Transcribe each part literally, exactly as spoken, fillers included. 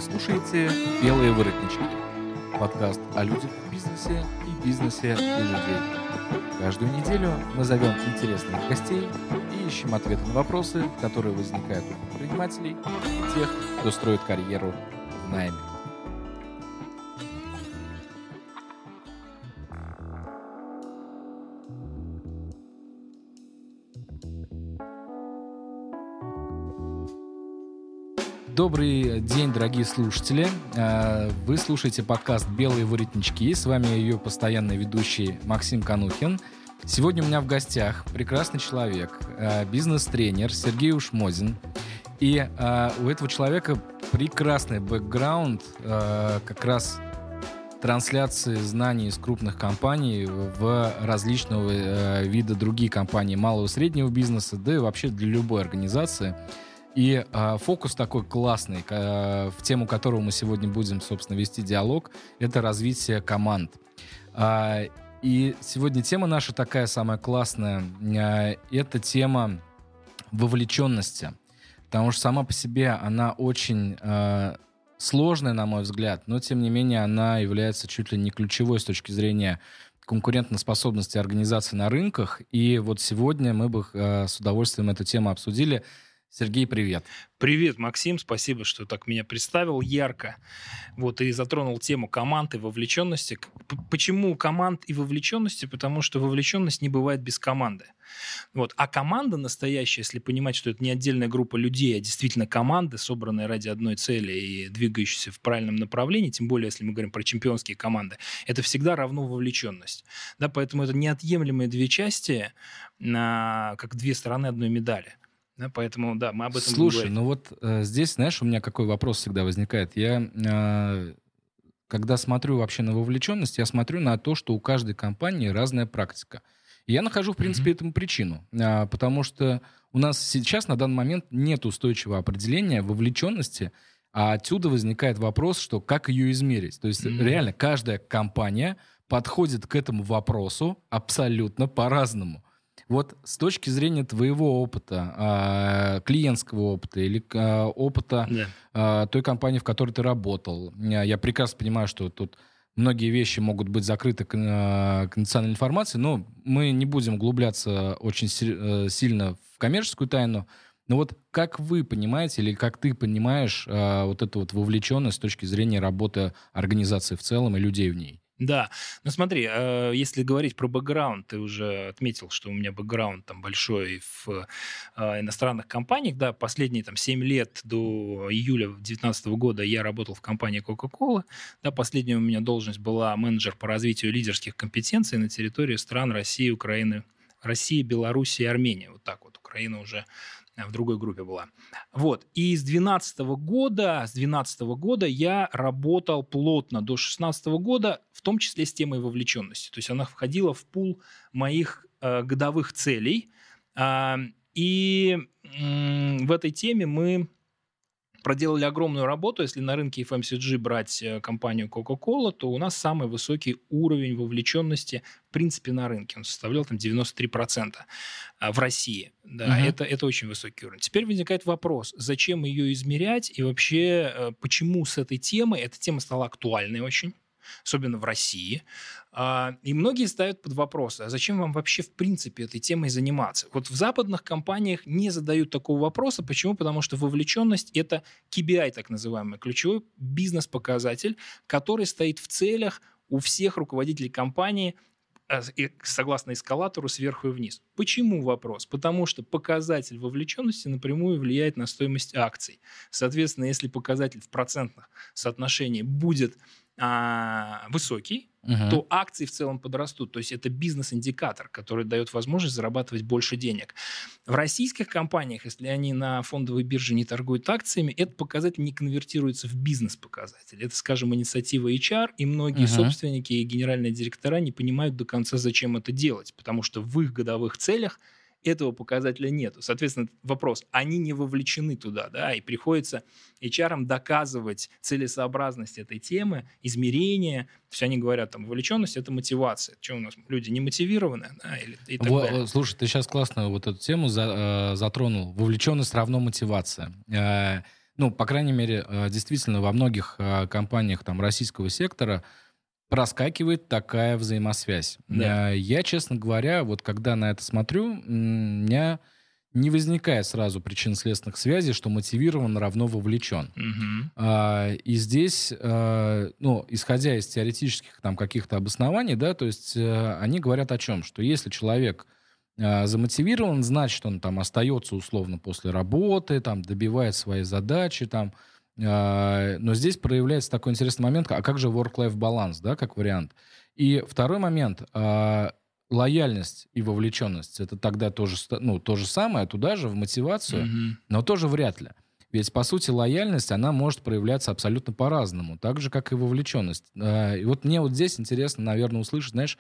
слушаете «Белые воротнички» — подкаст о людях в бизнесе и бизнесе для людей. Каждую неделю мы зовем интересных гостей и ищем ответы на вопросы, которые возникают у предпринимателей и тех, кто строит карьеру в найме. Добрый день, дорогие слушатели. Вы слушаете подкаст «Белые воротнички». С вами ее постоянный ведущий Максим Канухин. Сегодня у меня в гостях прекрасный человек, бизнес-тренер Сергей Ушмозин. И у этого человека прекрасный бэкграунд как раз трансляции знаний из крупных компаний в различного вида другие компании малого и среднего бизнеса, да и вообще для любой организации. И э, фокус такой классный, э, в тему которого мы сегодня будем, собственно, вести диалог, это развитие команд. Э, и сегодня тема наша такая самая классная, э, это тема вовлеченности, потому что сама по себе она очень э, сложная, на мой взгляд, но, тем не менее, она является чуть ли не ключевой с точки зрения конкурентоспособности организации на рынках. И вот сегодня мы бы э, с удовольствием эту тему обсудили. Сергей, привет. Привет, Максим, спасибо, что так меня представил ярко. Вот, и затронул тему команд и вовлеченности. Почему команд и вовлеченности? Потому что вовлеченность не бывает без команды. Вот. А команда настоящая, если понимать, что это не отдельная группа людей, а действительно команда, собранная ради одной цели и двигающаяся в правильном направлении, тем более, если мы говорим про чемпионские команды, это всегда равно вовлеченность. Да, поэтому это неотъемлемые две части, как две стороны одной медали. Да, поэтому, да, мы об этом будем Слушай, ну вот э, здесь, знаешь, у меня какой вопрос всегда возникает. Я, э, когда смотрю вообще на вовлеченность, я смотрю на то, что у каждой компании разная практика. И я нахожу, в принципе, mm-hmm. этому причину. Э, потому что у нас сейчас на данный момент нет устойчивого определения вовлеченности, а отсюда возникает вопрос, что как ее измерить. То есть mm-hmm. реально каждая компания подходит к этому вопросу абсолютно по-разному. Вот с точки зрения твоего опыта, э, клиентского опыта или э, опыта yeah. э, той компании, в которой ты работал, я, я прекрасно понимаю, что тут многие вещи могут быть закрыты к э, конфиденциальной информации, но мы не будем углубляться очень си- э, сильно в коммерческую тайну. Но вот как вы понимаете или как ты понимаешь э, вот эту вот вовлеченность с точки зрения работы организации в целом и людей в ней? Да, ну смотри, э, если говорить про бэкграунд, ты уже отметил, что у меня бэкграунд там большой в э, иностранных компаниях, да, последние там семь лет до июля две тысячи девятнадцатого года я работал в компании Coca-Cola, да, последняя у меня должность была менеджер по развитию лидерских компетенций на территории стран России, Украины, России, Белоруссии и Армении, вот так вот, Украина уже в другой группе была. Вот. И с двенадцатого года, с двенадцатого года я работал плотно до шестнадцатого года, в том числе с темой вовлеченности. То есть она входила в пул моих э, годовых целей. Э, и э, в этой теме мы проделали огромную работу. Если на рынке эф эм си джи брать компанию Coca-Cola, то у нас самый высокий уровень вовлеченности в принципе на рынке. Он составлял там девяносто три процента в России. Да, uh-huh. это, это очень высокий уровень. Теперь возникает вопрос, зачем ее измерять и вообще почему с этой темой, эта тема стала актуальной очень, особенно в России. И многие ставят под вопрос, а зачем вам вообще в принципе этой темой заниматься? Вот в западных компаниях не задают такого вопроса. Почему? Потому что вовлеченность – это кей пи ай, так называемый, ключевой бизнес-показатель, который стоит в целях у всех руководителей компании, согласно эскалатору, сверху и вниз. Почему вопрос? Потому что показатель вовлеченности напрямую влияет на стоимость акций. Соответственно, если показатель в процентных соотношениях будет а, высокий, uh-huh. то акции в целом подрастут. То есть это бизнес-индикатор, который дает возможность зарабатывать больше денег. В российских компаниях, если они на фондовой бирже не торгуют акциями, этот показатель не конвертируется в бизнес-показатель. Это, скажем, инициатива эйч ар, и многие uh-huh. собственники и генеральные директора не понимают до конца, зачем это делать, потому что в их годовых целях этого показателя нету. Соответственно, вопрос, они не вовлечены туда, да, и приходится эйч ар-ам доказывать целесообразность этой темы, измерения. То есть они говорят, там, вовлеченность – это мотивация. Что у нас, люди не мотивированы, да, или, и так Во, далее. Слушай, ты сейчас классно вот эту тему за, э, затронул. Вовлеченность равно мотивация. Э, ну, по крайней мере, э, действительно, во многих э, компаниях там российского сектора проскакивает такая взаимосвязь. Да. Э, Я, честно говоря, вот когда на это смотрю, м, у меня не возникает сразу причинно-следственных связей, что мотивирован равно вовлечен. Мгм. А, И здесь, э, ну, исходя из теоретических там каких-то обоснований, да, то есть э, они говорят о чем? Что если человек э, замотивирован, значит, он там остается условно после работы, там добивает свои задачи, там. А, Но здесь проявляется такой интересный момент, а как же work-life баланс, да, как вариант. И второй момент, а, лояльность и вовлеченность, это тогда тоже, ста- ну, то же самое, туда же, в мотивацию, Мгм. но тоже вряд ли. Ведь, по сути, лояльность, она может проявляться абсолютно по-разному, так же, как и вовлеченность. А, И вот мне вот здесь интересно, наверное, услышать, знаешь,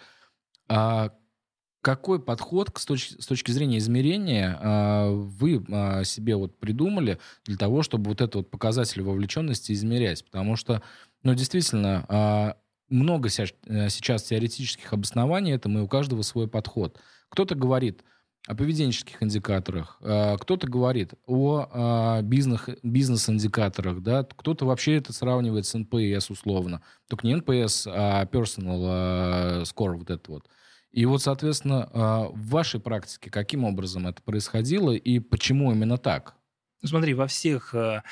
а какой подход к- с точки, с точки зрения измерения а, вы а, себе вот придумали для того, чтобы вот этот вот показатель вовлеченности измерять? Потому что, ну, действительно, а, много ся- э, сейчас теоретических обоснований этому, и у каждого свой подход. Кто-то говорит о поведенческих индикаторах, а, кто-то говорит о а, бизнес, бизнес-индикаторах, да, кто-то вообще это сравнивает с эн пи эс условно. Только не эн пи эс, а personal а, score, вот это вот. И вот, соответственно, а, в вашей практике каким образом это происходило и почему именно так? Ну, смотри, во всех э,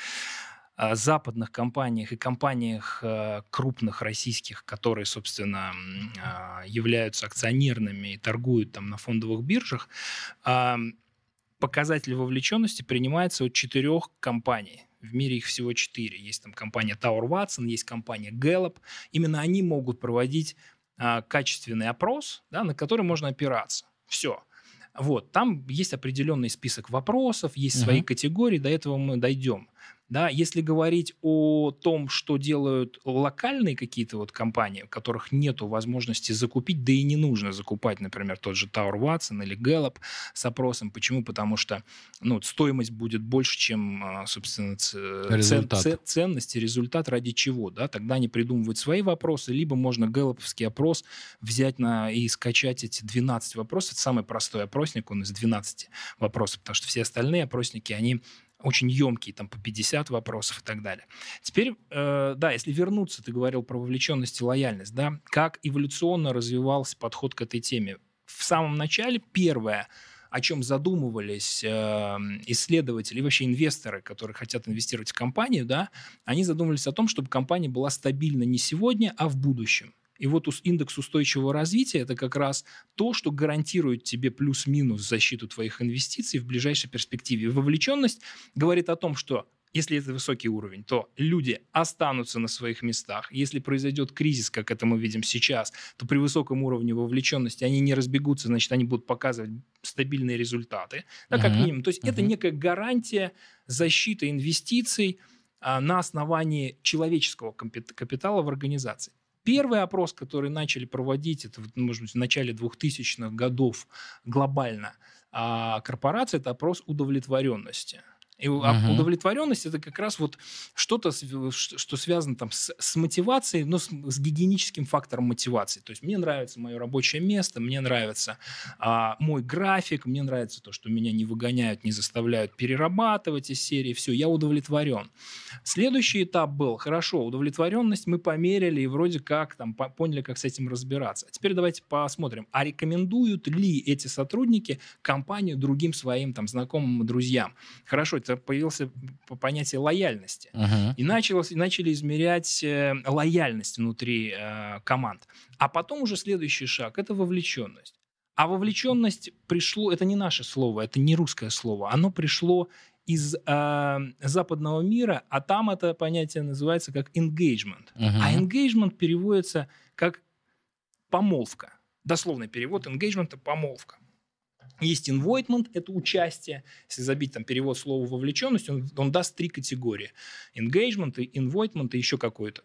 а, западных компаниях и компаниях э, крупных российских, которые, собственно, м, а, являются акционерными и торгуют там на фондовых биржах, а, показатель вовлеченности принимается от четырех компаний. В мире их всего четыре. Есть там компания Tower Watson, есть компания Gallup. Именно они могут проводить а, качественный опрос, да, на который можно опираться. Все. Вот, там есть определенный список вопросов, есть свои Мгм. категории, до этого мы дойдем. Да, если говорить о том, что делают локальные какие-то вот компании, у которых нет возможности закупить, да и не нужно закупать, например, тот же Tower Watson или Gallup с опросом. Почему? Потому что ну, стоимость будет больше, чем, а, собственно, ц- цен, Результат. ц- ценность и результат ради чего. Да? Тогда они придумывают свои вопросы, либо можно гэллоповский опрос взять на, и скачать эти двенадцать вопросов. Это самый простой опросник, он из двенадцати вопросов, потому что все остальные опросники, они очень емкие, там по пятьдесят вопросов и так далее. Теперь, э, да, если вернуться, ты говорил про вовлеченность и лояльность, да, как эволюционно развивался подход к этой теме. В самом начале первое, о чем задумывались э, исследователи и вообще инвесторы, которые хотят инвестировать в компанию, да, они задумывались о том, чтобы компания была стабильна не сегодня, а в будущем. И вот ус- индекс устойчивого развития – это как раз то, что гарантирует тебе плюс-минус защиту твоих инвестиций в ближайшей перспективе. Вовлеченность говорит о том, что если это высокий уровень, то люди останутся на своих местах. Если произойдет кризис, как это мы видим сейчас, то при высоком уровне вовлеченности они не разбегутся, значит, они будут показывать стабильные результаты, да, как Мгм. минимум. То есть это Мгм. некая гарантия защиты инвестиций а, на основании человеческого компи- капитала в организации. Первый опрос, который начали проводить, это, вот, может быть, в начале двухтысячных годов глобально, а, корпорации, это опрос удовлетворенности. И у- а Мгм. удовлетворенность – это как раз вот что-то, св- ш- что связано там с, с мотивацией, но с, с гигиеническим фактором мотивации. То есть мне нравится мое рабочее место, мне нравится а, мой график, мне нравится то, что меня не выгоняют, не заставляют перерабатывать из серии. Все, я удовлетворен. Следующий этап был, хорошо, удовлетворенность мы померили и вроде как там по- поняли, как с этим разбираться. А теперь давайте посмотрим, а рекомендуют ли эти сотрудники компанию другим своим там знакомым и друзьям. Хорошо, это появилось понятие лояльности. Мгм. И, началось, и начали измерять э, лояльность внутри э, команд. А потом уже следующий шаг – это вовлеченность. А вовлеченность пришло, это не наше слово, это не русское слово, оно пришло из э, западного мира, а там это понятие называется как engagement. А Мгм. engagement переводится как помолвка. Дословный перевод engagement – это помолвка. Есть involvement, это участие. Если забить там перевод слова вовлеченность, он, он даст три категории. Engagement, involvement и еще какой-то.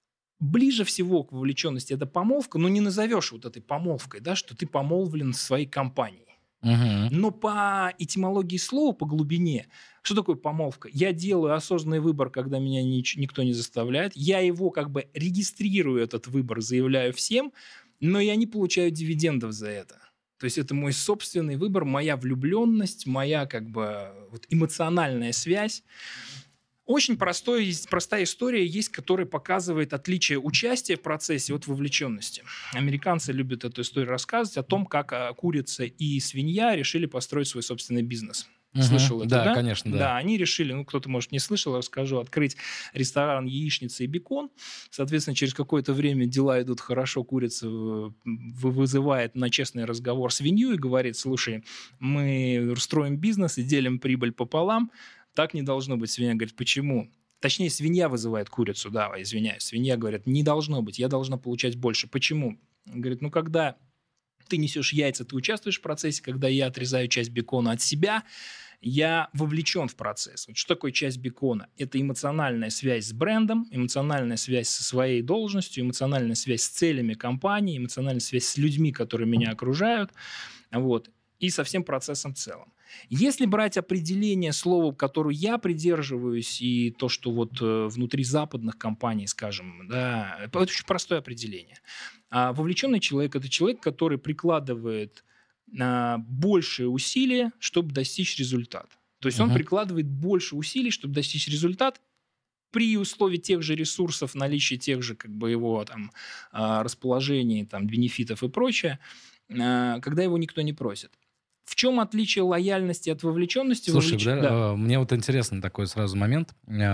Ближе всего к вовлеченности это помолвка, но не назовешь вот этой помолвкой, да, что ты помолвлен с своей компанией. Мгм. Но по этимологии слова, по глубине, что такое помолвка? Я делаю осознанный выбор, когда меня нич- никто не заставляет. Я его как бы регистрирую, этот выбор, заявляю всем, но я не получаю дивидендов за это. То есть это мой собственный выбор, моя влюбленность, моя как бы вот эмоциональная связь. Очень простой, простая история есть, которая показывает отличие участия в процессе от вовлеченности. Американцы любят эту историю рассказывать о том, как курица и свинья решили построить свой собственный бизнес. Угу. Слышал это, да? Да, конечно, да. Да, они решили, ну, кто-то, может, не слышал, расскажу, открыть ресторан яичницы и бекон. Соответственно, через какое-то время дела идут хорошо, курица вызывает на честный разговор свинью и говорит: слушай, мы строим бизнес и делим прибыль пополам. Так не должно быть. Свинья говорит: почему? Точнее, свинья вызывает курицу, да, извиняюсь. Свинья говорит: не должно быть, я должна получать больше. Почему? Он говорит: ну, когда ты несешь яйца, ты участвуешь в процессе, когда я отрезаю часть бекона от себя, я вовлечен в процесс. Вот что такое часть бекона? Это эмоциональная связь с брендом, эмоциональная связь со своей должностью, эмоциональная связь с целями компании, эмоциональная связь с людьми, которые меня окружают, вот, и со всем процессом в целом. Если брать определение слова, которое я придерживаюсь, и то, что вот э, внутри западных компаний, скажем, да, это очень простое определение. А вовлеченный человек – это человек, который прикладывает а, большие усилия, чтобы достичь результата. То есть uh-huh. он прикладывает больше усилий, чтобы достичь результата, при условии тех же ресурсов, наличия тех же как бы его там расположений, там, бенефитов и прочее, когда его никто не просит. В чем отличие лояльности от вовлеченности? Слушай, Вовлеч... да, да. мне вот интересно такой сразу момент.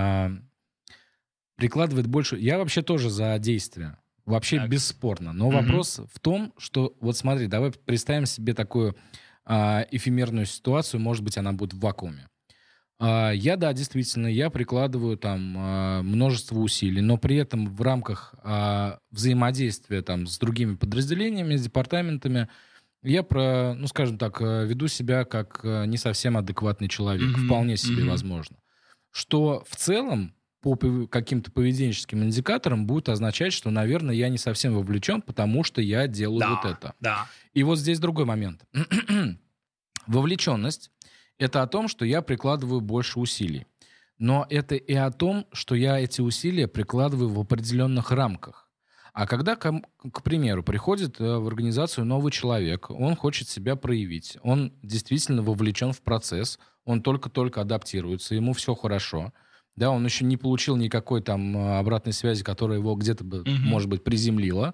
Прикладывает больше... Я вообще тоже за действие. Вообще так. бесспорно. Но угу. вопрос в том, что... Вот смотри, давай представим себе такую а, эфемерную ситуацию. Может быть, она будет в вакууме. А, я, да, действительно, я прикладываю там а, множество усилий, но при этом в рамках а, взаимодействия там с другими подразделениями, с департаментами, я, про, ну, скажем так, веду себя как не совсем адекватный человек. Mm-hmm. Вполне себе mm-hmm. возможно. Что в целом по каким-то поведенческим индикаторам будет означать, что, наверное, я не совсем вовлечен, потому что я делаю да, вот это. Да. И вот здесь другой момент. Вовлеченность — это о том, что я прикладываю больше усилий. Но это и о том, что я эти усилия прикладываю в определенных рамках. А когда, к, к примеру, приходит в организацию новый человек, он хочет себя проявить, он действительно вовлечен в процесс, он только-только адаптируется, ему все хорошо, да, он еще не получил никакой там обратной связи, которая его где-то, mm-hmm. может быть, приземлила,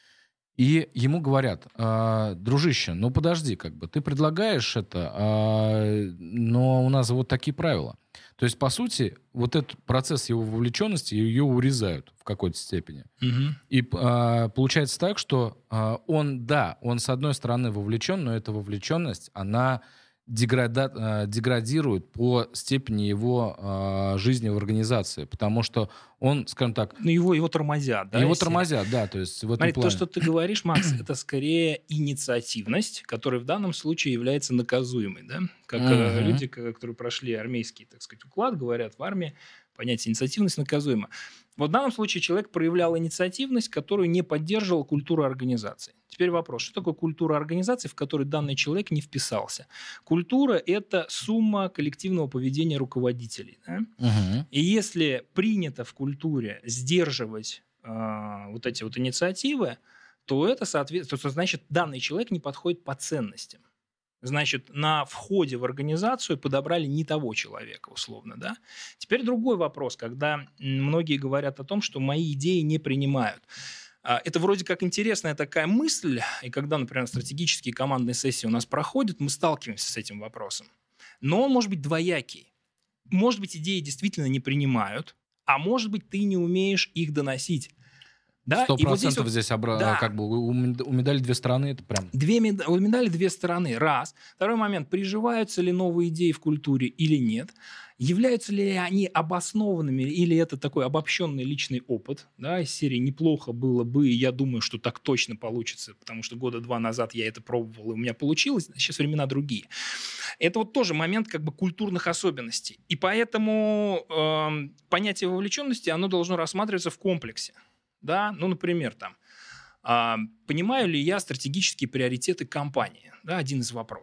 и ему говорят: а, дружище, ну подожди, как бы, ты предлагаешь это, а, но у нас вот такие правила. То есть, по сути, вот этот процесс его вовлеченности, ее урезают в какой-то степени. Угу. И а, получается так, что а, он, да, он с одной стороны вовлечен, но эта вовлеченность, она деграда, а, деградирует по степени его а, жизни в организации, потому что он, скажем так... Ну, его, его тормозят, да? Его тормозят, да, то есть в этом Смотри, плане. То, что ты говоришь, Макс, это скорее инициативность, которая в данном случае является наказуемой, да? Как uh-huh. люди, которые прошли армейский, так сказать, уклад, говорят в армии, понятие инициативность наказуемо. Вот в данном случае человек проявлял инициативность, которую не поддерживала культура организации. Теперь вопрос, что такое культура организации, в которой данный человек не вписался? Культура – это сумма коллективного поведения руководителей. Да? Uh-huh. И если принято в культуре сдерживать э, вот эти вот инициативы, то это, соответственно, то, значит, данный человек не подходит по ценностям. Значит, на входе в организацию подобрали не того человека, условно, да? Теперь другой вопрос, когда многие говорят о том, что мои идеи не принимают. Это вроде как интересная такая мысль, и когда, например, стратегические командные сессии у нас проходят, мы сталкиваемся с этим вопросом. Но он может быть двоякий. Может быть, идеи действительно не принимают, а может быть, ты не умеешь их доносить. Сто да? процентов вот здесь, здесь обра... да. как бы у, у медали две стороны, это прям... Две мед... У медали две стороны, раз. Второй момент, приживаются ли новые идеи в культуре или нет? Являются ли они обоснованными, или это такой обобщенный личный опыт, да, из серии «неплохо было бы, и я думаю, что так точно получится, потому что года два назад я это пробовал, и у меня получилось, сейчас времена другие». Это вот тоже момент как бы культурных особенностей. И поэтому э, понятие вовлеченности, оно должно рассматриваться в комплексе. Да? Ну, например, там, э, понимаю ли я стратегические приоритеты компании? Да, один из вопросов.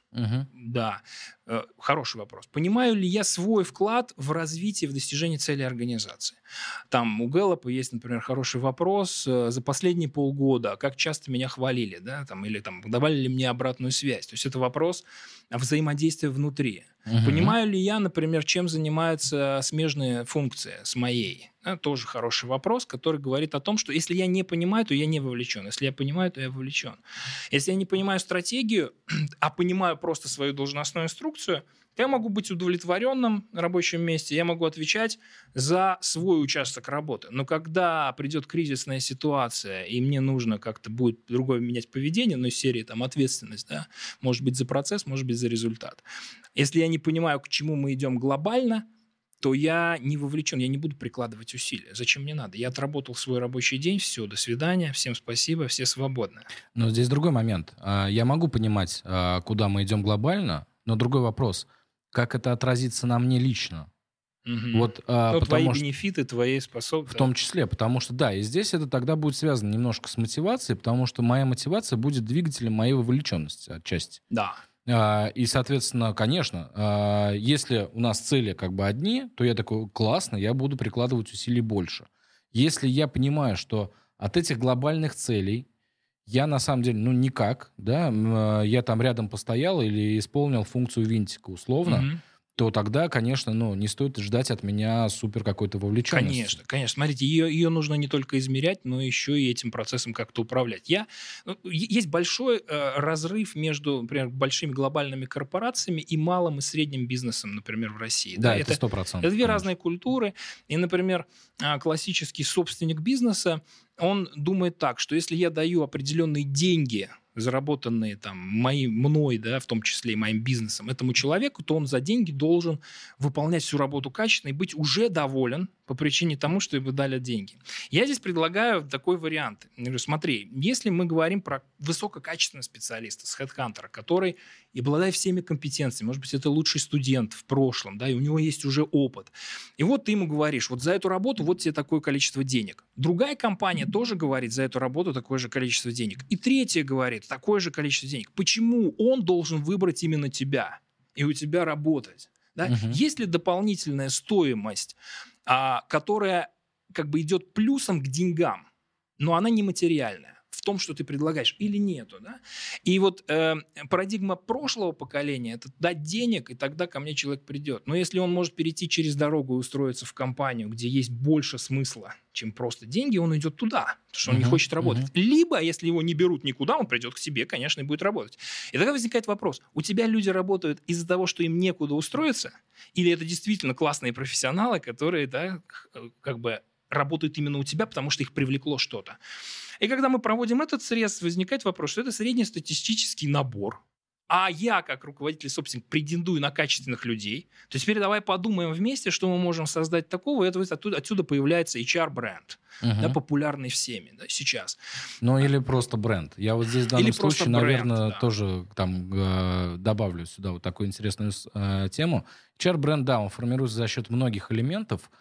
Мгм. Да, э, хороший вопрос. Понимаю ли я свой вклад в развитие, в достижение целей организации? Там у Гэллопа есть, например, хороший вопрос э, за последние полгода, как часто меня хвалили, да, там, или там давали ли мне обратную связь. То есть это вопрос взаимодействия внутри. Мгм. Понимаю ли я, например, чем занимаются смежные функции с моей? Да, тоже хороший вопрос, который говорит о том, что если я не понимаю, то я не вовлечен. Если я понимаю, то я вовлечен. Если я не понимаю стратегию, а понимаю просто свою должностную инструкцию, то я могу быть удовлетворенным на рабочем месте, я могу отвечать за свой участок работы. Но когда придет кризисная ситуация, и мне нужно как-то будет другое менять поведение, ну, из серии там ответственность, да, может быть за процесс, может быть за результат. Если я не понимаю, к чему мы идем глобально, то я не вовлечен, я не буду прикладывать усилия. Зачем мне надо? Я отработал свой рабочий день, все, до свидания, всем спасибо, все свободны. Но здесь другой момент. А, Я могу понимать, а, куда мы идем глобально, но другой вопрос. Как это отразится на мне лично? Мгм. Вот, а, Ну, твои потому что бенефиты, твои в способности. том числе, потому что, да, и здесь это тогда будет связано немножко с мотивацией, потому что моя мотивация будет двигателем моей вовлеченности отчасти. Да. А, И, соответственно, конечно, а, если у нас цели как бы одни, то я такой, классно, я буду прикладывать усилий больше. Если я понимаю, что от этих глобальных целей я на самом деле, ну, никак, да, м, а, я там рядом постоял или исполнил функцию винтика условно, Мгм. то тогда, конечно, ну, не стоит ждать от меня супер какой-то вовлеченности. Конечно, конечно. Смотрите, ее, ее нужно не только измерять, но еще и этим процессом как-то управлять. Я, ну, е- есть большой э, разрыв между, например, большими глобальными корпорациями и малым и средним бизнесом, например, в России. Да, Да, это сто это процентов. две разные культуры. И, например, а, классический собственник бизнеса, он думает так, что если я даю определенные деньги, заработанные там моим, мной, да, в том числе и моим бизнесом, этому человеку, то он за деньги должен выполнять всю работу качественно и быть уже доволен по причине тому, что ему дали деньги. Я здесь предлагаю такой вариант. Я говорю, смотри, если мы говорим про высококачественного специалиста с HeadHunter, который и обладает всеми компетенциями, может быть, это лучший студент в прошлом, да, и у него есть уже опыт. И вот ты ему говоришь, вот за эту работу вот тебе такое количество денег. Другая компания тоже говорит за эту работу такое же количество денег. И третья говорит такое же количество денег. Почему он должен выбрать именно тебя и у тебя работать? Да? Мгм. Есть ли дополнительная стоимость, а, которая как бы идет плюсом к деньгам, но она нематериальная в том, что ты предлагаешь, или нету, да? И вот э, парадигма прошлого поколения – это дать денег, и тогда ко мне человек придет. Но если он может перейти через дорогу и устроиться в компанию, где есть больше смысла, чем просто деньги, он идет туда, потому что он не Мгм, хочет работать. мгм. Либо, если его не берут никуда, он придет к тебе, конечно, и будет работать. И тогда возникает вопрос, у тебя люди работают из-за того, что им некуда устроиться, или это действительно классные профессионалы, которые, да, к- как бы работают именно у тебя, потому что их привлекло что-то. И когда мы проводим этот срез, возникает вопрос, что это среднестатистический набор. А я, как руководитель и собственник, претендую на качественных людей. То есть теперь давай подумаем вместе, что мы можем создать такого, и это, вот оттуда, отсюда появляется эйч ар-бренд, да, Мгм. популярный всеми, да, сейчас. Ну, или просто бренд. Я вот здесь в данном Или просто случае, бренд, наверное, да. тоже там э, добавлю сюда вот такую интересную с- э, тему. эйч ар-бренд, да, он формируется за счет многих элементов,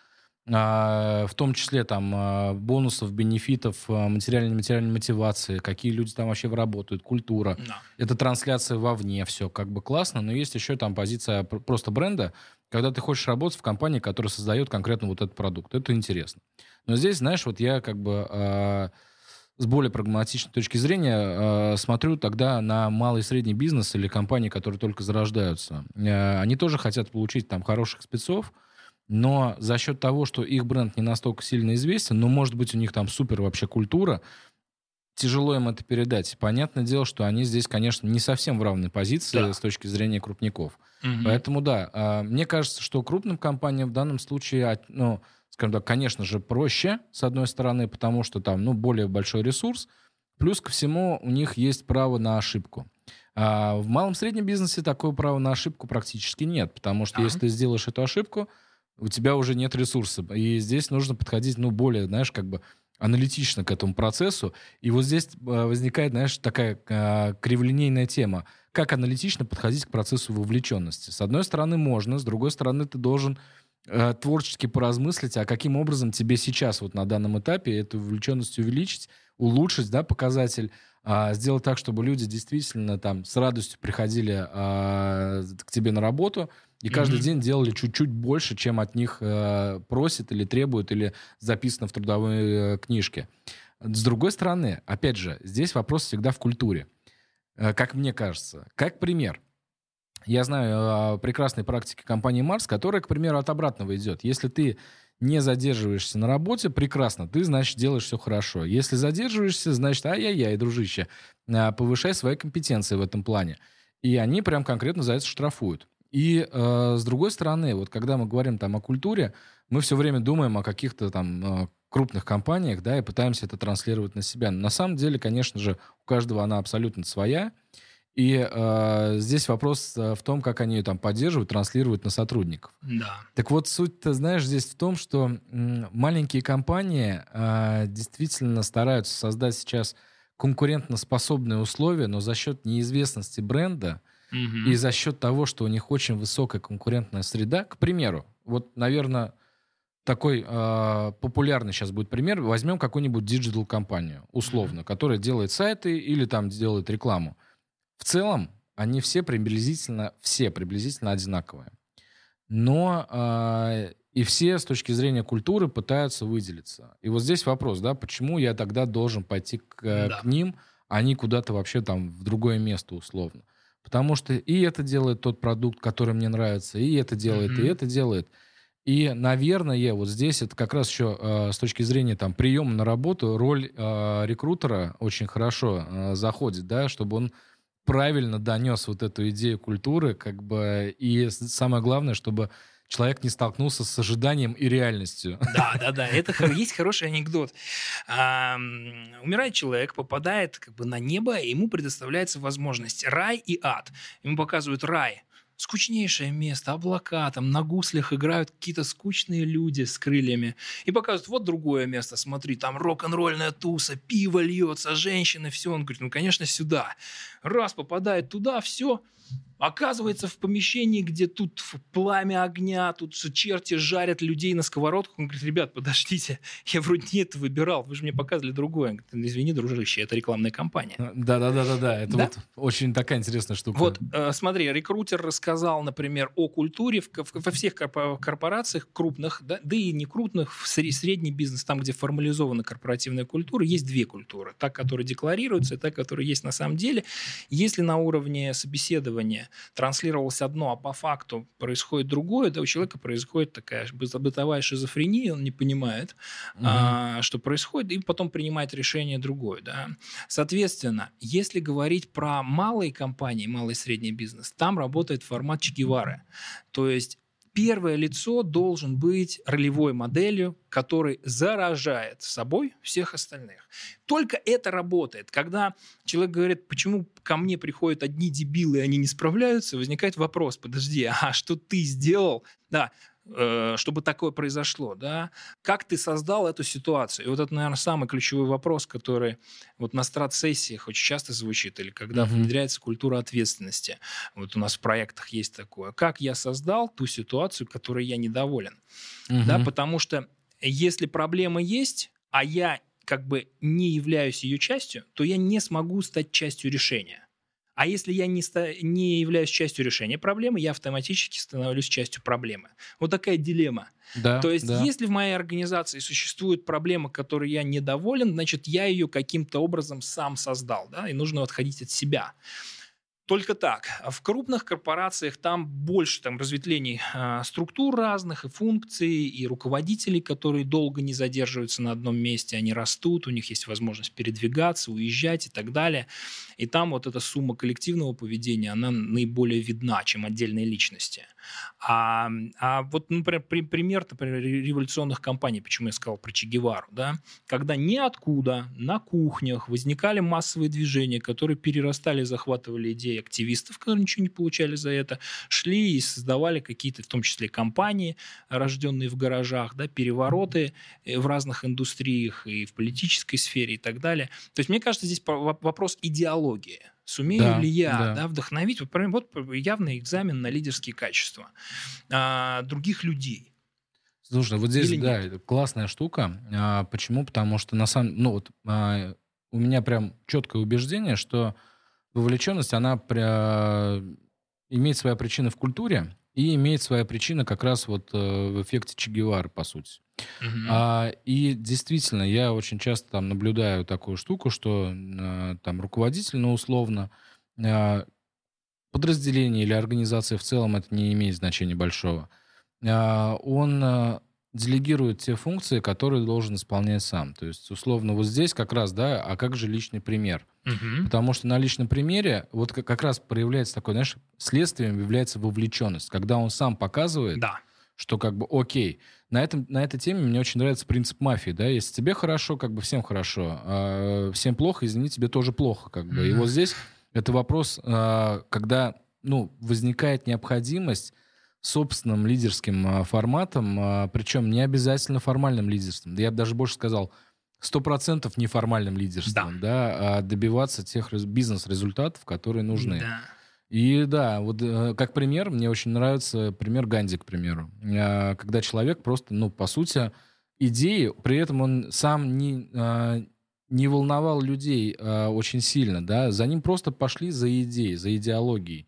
а, в том числе там а, бонусов, бенефитов, а, материальной материальной мотивации, какие люди там вообще работают, культура. Да. Это трансляция вовне, все как бы классно, но есть еще там позиция пр- просто бренда, когда ты хочешь работать в компании, которая создает конкретно вот этот продукт. Это интересно. Но здесь, знаешь, вот я как бы а, с более прагматичной точки зрения э, смотрю тогда на малый и средний бизнес или компании, которые только зарождаются. Э, они тоже хотят получить там хороших спецов, но за счет того, что их бренд не настолько сильно известен, но может быть у них там супер вообще культура, тяжело им это передать. Понятное дело, что они здесь, конечно, не совсем в равной позиции Да. с точки зрения крупников. Мгм. Поэтому да, а, мне кажется, что крупным компаниям в данном случае, а, ну, скажем так, конечно же, проще, с одной стороны, потому что там, ну, более большой ресурс, плюс ко всему у них есть право на ошибку. А в малом и среднем бизнесе такого права на ошибку практически нет, потому что Да. если ты сделаешь эту ошибку, у тебя уже нет ресурса. И здесь нужно подходить, ну, более, знаешь, как бы аналитично к этому процессу. И вот здесь а, возникает, знаешь, такая а, криволинейная тема. Как аналитично подходить к процессу вовлеченности? С одной стороны, можно, с другой стороны, ты должен э, творчески поразмыслить, а каким образом тебе сейчас вот на данном этапе эту вовлеченность увеличить, улучшить, да, показатель, а, сделать так, чтобы люди действительно там с радостью приходили а, к тебе на работу и каждый Мгм. день делали чуть-чуть больше, чем от них э, просят или требуют, или записано в трудовой э, книжке. С другой стороны, опять же, здесь вопрос всегда в культуре. Э, как мне кажется. Как пример. Я знаю э, прекрасной практики компании Марс, которая, к примеру, от обратного идет. Если ты не задерживаешься на работе, прекрасно, ты, значит, делаешь все хорошо. Если задерживаешься, значит, ай-яй-яй, дружище, э, повышай свои компетенции в этом плане. И они прям конкретно за это штрафуют. И э, с другой стороны, вот когда мы говорим там о культуре, мы все время думаем о каких-то там э, крупных компаниях, да, и пытаемся это транслировать на себя. Но на самом деле, конечно же, у каждого она абсолютно своя. И э, здесь вопрос э, в том, как они ее там поддерживают, транслируют на сотрудников. Да. Так вот, суть-то, знаешь, здесь в том, что м, маленькие компании э, действительно стараются создать сейчас конкурентоспособные условия, но за счет неизвестности бренда и Мгм. за счет того, что у них очень высокая конкурентная среда. К примеру, вот, наверное, такой э, популярный сейчас будет пример. Возьмем какую-нибудь диджитал-компанию, Мгм. условно, которая делает сайты или там делает рекламу. В целом, они все приблизительно, все приблизительно одинаковые. Но э, и все с точки зрения культуры пытаются выделиться. И вот здесь вопрос, да, почему я тогда должен пойти к, э, Да. к ним, а не куда-то вообще там в другое место условно. Потому что и это делает тот продукт, который мне нравится, и это делает, и Мгм. это делает. И, наверное, вот здесь это как раз еще э, с точки зрения там приема на работу роль э, рекрутера очень хорошо э, заходит, да, чтобы он правильно донес вот эту идею культуры, как бы, и с- самое главное, чтобы человек не столкнулся с ожиданием и реальностью. Да, да, да. Это хор- есть хороший анекдот. Ам, Умирает человек, попадает как бы на небо, и ему предоставляется возможность рай и ад. Ему показывают рай. Скучнейшее место, облака, там на гуслях играют какие-то скучные люди с крыльями. И показывают, вот другое место, смотри, там рок-н-ролльная туса, пиво льется, женщины, все. Он говорит, ну, конечно, сюда. Раз попадает туда, все. Оказывается, в помещении, где тут ф- пламя огня, тут с- черти жарят людей на сковородках. Он говорит, ребят, подождите, я вроде не это выбирал, вы же мне показывали другое. Он говорит, извини, дружище, это рекламная кампания. Да-да-да-да-да, это Да? вот очень такая интересная штука. Вот, э, смотри, рекрутер рассказал, например, о культуре в, ко- в- во всех корпо- корпорациях крупных, да, да и не крупных, в сре- средний бизнес, там, где формализована корпоративная культура, есть две культуры. Та, которая декларируется, и та, которая есть на самом деле. Если на уровне собеседования транслировалось одно, а по факту происходит другое, да, у человека происходит такая быт- бытовая шизофрения, он не понимает, Мгм. а, что происходит, и потом принимает решение другое. Да. Соответственно, если говорить про малые компании, малый и средний бизнес, там работает формат Че Гевары. То есть первое лицо должен быть ролевой моделью, который заражает собой всех остальных. Только это работает. Когда человек говорит, почему ко мне приходят одни дебилы, и они не справляются, возникает вопрос, подожди, а что ты сделал? Да, э, чтобы такое произошло, да? Как ты создал эту ситуацию? И вот это, наверное, самый ключевой вопрос, который вот на страт-сессиях очень часто звучит, или когда Мгм. внедряется культура ответственности. Вот у нас в проектах есть такое. Как я создал ту ситуацию, которой я недоволен? Да, Мгм. потому что если проблема есть, а я как бы не являюсь ее частью, то я не смогу стать частью решения. А если я не, ста- не являюсь частью решения проблемы, я автоматически становлюсь частью проблемы. Вот такая дилемма. Да, То есть, да. если в моей организации существует проблема, которой я недоволен, значит, я ее каким-то образом сам создал, да, и нужно отходить от себя. Только так. А в крупных корпорациях там больше там, разветвлений э, структур разных, и функций, и руководителей, которые долго не задерживаются на одном месте, они растут, у них есть возможность передвигаться, уезжать и так далее. И там вот эта сумма коллективного поведения, она наиболее видна, чем отдельные личности. А, а вот, например, при- пример, например, ре- революционных кампаний, почему я сказал про Че Гевару, да, когда ниоткуда на кухнях возникали массовые движения, которые перерастали и захватывали идеи активистов, которые ничего не получали за это, шли и создавали какие-то, в том числе, компании, рожденные в гаражах, да, перевороты э, в разных индустриях и в политической сфере и так далее. То есть, мне кажется, здесь по- воп- вопрос идеологии. Сумею Да, ли я, да. да, вдохновить? Вот, прям вот явный экзамен на лидерские качества а, других людей. Слушай, вот здесь, Или да, нет? это классная штука. А, почему? Потому что на самом... Ну, вот а, у меня прям четкое убеждение, что вовлеченность, она пря- имеет свои причины в культуре и имеет свои причины как раз вот э, в эффекте Че Гевары, по сути. Мгм. А, и действительно, я очень часто там наблюдаю такую штуку, что э, там руководитель, ну, условно, э, подразделение или организация в целом, это не имеет значения большого, а, он а, делегирует те функции, которые должен исполнять сам. То есть, условно, вот здесь как раз, да, а как же личный пример? Мгм. Потому что на личном примере вот как, как раз проявляется такое, знаешь, следствием является вовлеченность, когда он сам показывает, Да. что как бы окей. На, этом, на этой теме мне очень нравится принцип мафии, да, если тебе хорошо, как бы всем хорошо, а всем плохо, извини, тебе тоже плохо, как бы. И Мгм. вот здесь это вопрос, а, когда, ну, возникает необходимость собственным лидерским а, форматом, а, причем не обязательно формальным лидерством, да я бы даже больше сказал, сто процентов неформальным Да. лидерством, да, а добиваться тех рез- бизнес-результатов, которые нужны. Да. И да, вот э, как пример, мне очень нравится пример Ганди, к примеру. Э, Когда человек просто, ну, по сути, идеи, при этом он сам не, а, не волновал людей а, очень сильно, да, за ним просто пошли за идеей, за идеологией.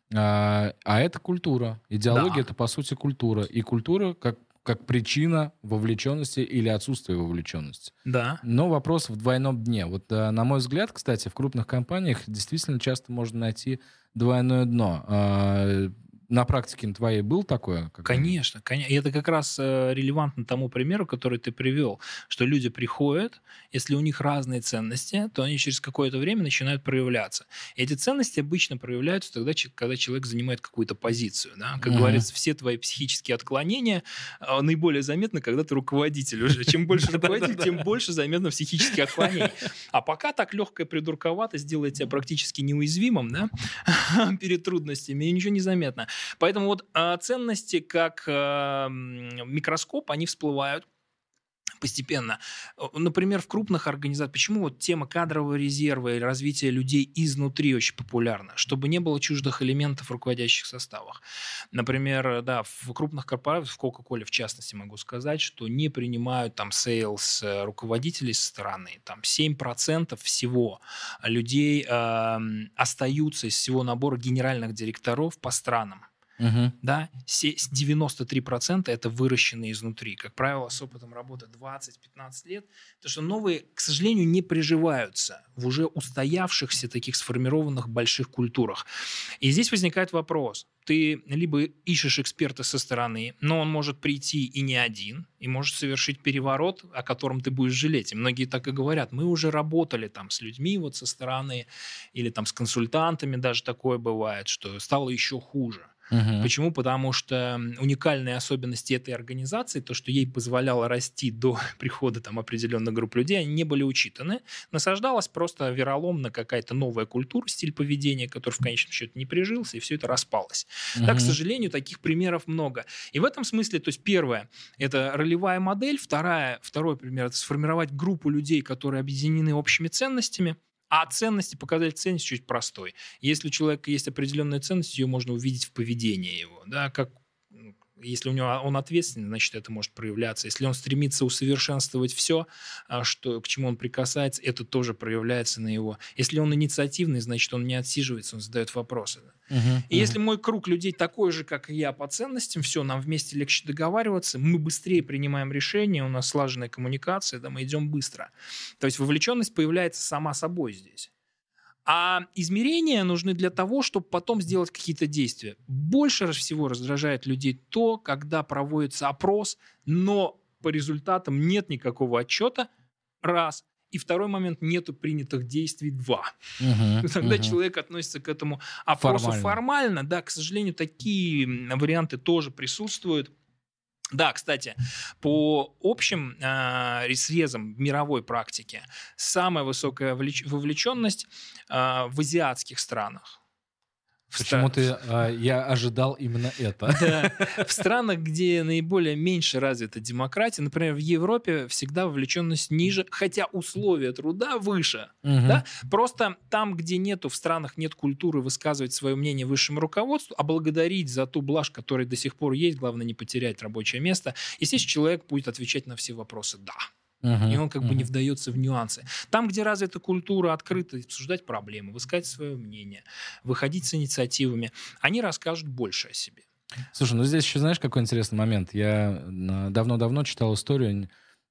А, а это культура. Идеология — Да. это, по сути, культура. И культура как, как причина вовлеченности или отсутствия вовлеченности. Да. Но вопрос в двойном дне. Вот, э, на мой взгляд, кстати, в крупных компаниях действительно часто можно найти двойное дно. А, на практике твоей был такое когда-нибудь? Конечно, коне и это как раз, э, релевантно тому примеру, который ты привел, что люди приходят, если у них разные ценности, то они через какое-то время начинают проявляться. Эти ценности обычно проявляются тогда, че когда человек занимает какую-то позицию, да. Как Мгм. говорится, все твои психические отклонения, а, наиболее заметны, когда ты руководитель уже. Чем больше руководитель, тем Да-да-да. больше заметно психические отклонения. А пока так легкая придурковатость делает тебя практически неуязвимым, да, перед трудностями, и ничего не заметно. Поэтому вот а, ценности как а, м, микроскоп, они всплывают постепенно. Э, Например, в крупных организациях, почему вот тема кадрового резерва и развития людей изнутри очень популярна? Чтобы не было чуждых элементов в руководящих составах. Например, э, да, в крупных корпорациях, в Coca-Cola в частности могу сказать, что не принимают там сейлс э, руководителей со стороны. Там семь процентов всего людей эм, остаются из всего набора генеральных директоров по странам. Мгм. Да, се- с- девяносто три процента это выращенные изнутри. Как правило, с опытом работы двадцать-пятнадцать лет. Потому что новые, к сожалению, не приживаются в уже устоявшихся таких сформированных больших культурах. И здесь возникает вопрос. Ты либо ищешь эксперта со стороны, но он может прийти и не один, и может совершить переворот, о котором ты будешь жалеть. И многие так и говорят. Мы уже работали там с людьми вот со стороны, или там с консультантами даже такое бывает, что стало еще хуже. Мгм. Почему? Потому что уникальные особенности этой организации, то, что ей позволяло расти до прихода там определенных групп людей, они не были учитаны. Насаждалась просто вероломно какая-то новая культура, стиль поведения, который в конечном счете не прижился, и все это распалось. Да, к Мгм. сожалению, таких примеров много. И в этом смысле, то есть первое, это ролевая модель, вторая, второй пример, это сформировать группу людей, которые объединены общими ценностями. А ценности, показатель ценности чуть простой. Если у человека есть определенная ценность, ее можно увидеть в поведении его. Да, как, ну, если у него он ответственный, значит, это может проявляться. Если он стремится усовершенствовать все, что, к чему он прикасается, это тоже проявляется на его. Если он инициативный, значит, он не отсиживается, он задает вопросы. Да. Мгм. И если мой круг людей такой же, как и я по ценностям, все, нам вместе легче договариваться, мы быстрее принимаем решения, у нас слаженная коммуникация, да, мы идем быстро. То есть вовлеченность появляется сама собой здесь. А измерения нужны для того, чтобы потом сделать какие-то действия. Больше всего раздражает людей то, когда проводится опрос, но по результатам нет никакого отчета, раз. И второй момент, нету принятых действий, два. Мгм. Тогда Мгм. человек относится к этому опросу Формально. формально. Да, к сожалению, такие м, варианты тоже присутствуют. Да, кстати, по общим э, срезам мировой практики самая высокая влеч- вовлеченность э, в азиатских странах. Почему-то а, я ожидал именно это. Да. В странах, где наиболее меньше развита демократия, например, в Европе всегда вовлеченность ниже, хотя условия труда выше. Мгм. Да? Просто там, где нету, в странах нет культуры высказывать свое мнение высшему руководству, а благодарить за ту блажь, которая до сих пор есть, главное не потерять рабочее место, естественно, человек будет отвечать на все вопросы «да». Мгм. И он как бы не Мгм. вдается в нюансы. Там, где развита культура, открыто обсуждать проблемы, высказать свое мнение, выходить с инициативами, они расскажут больше о себе. Слушай, ну здесь еще знаешь, какой интересный момент? Я э, давно-давно читал историю,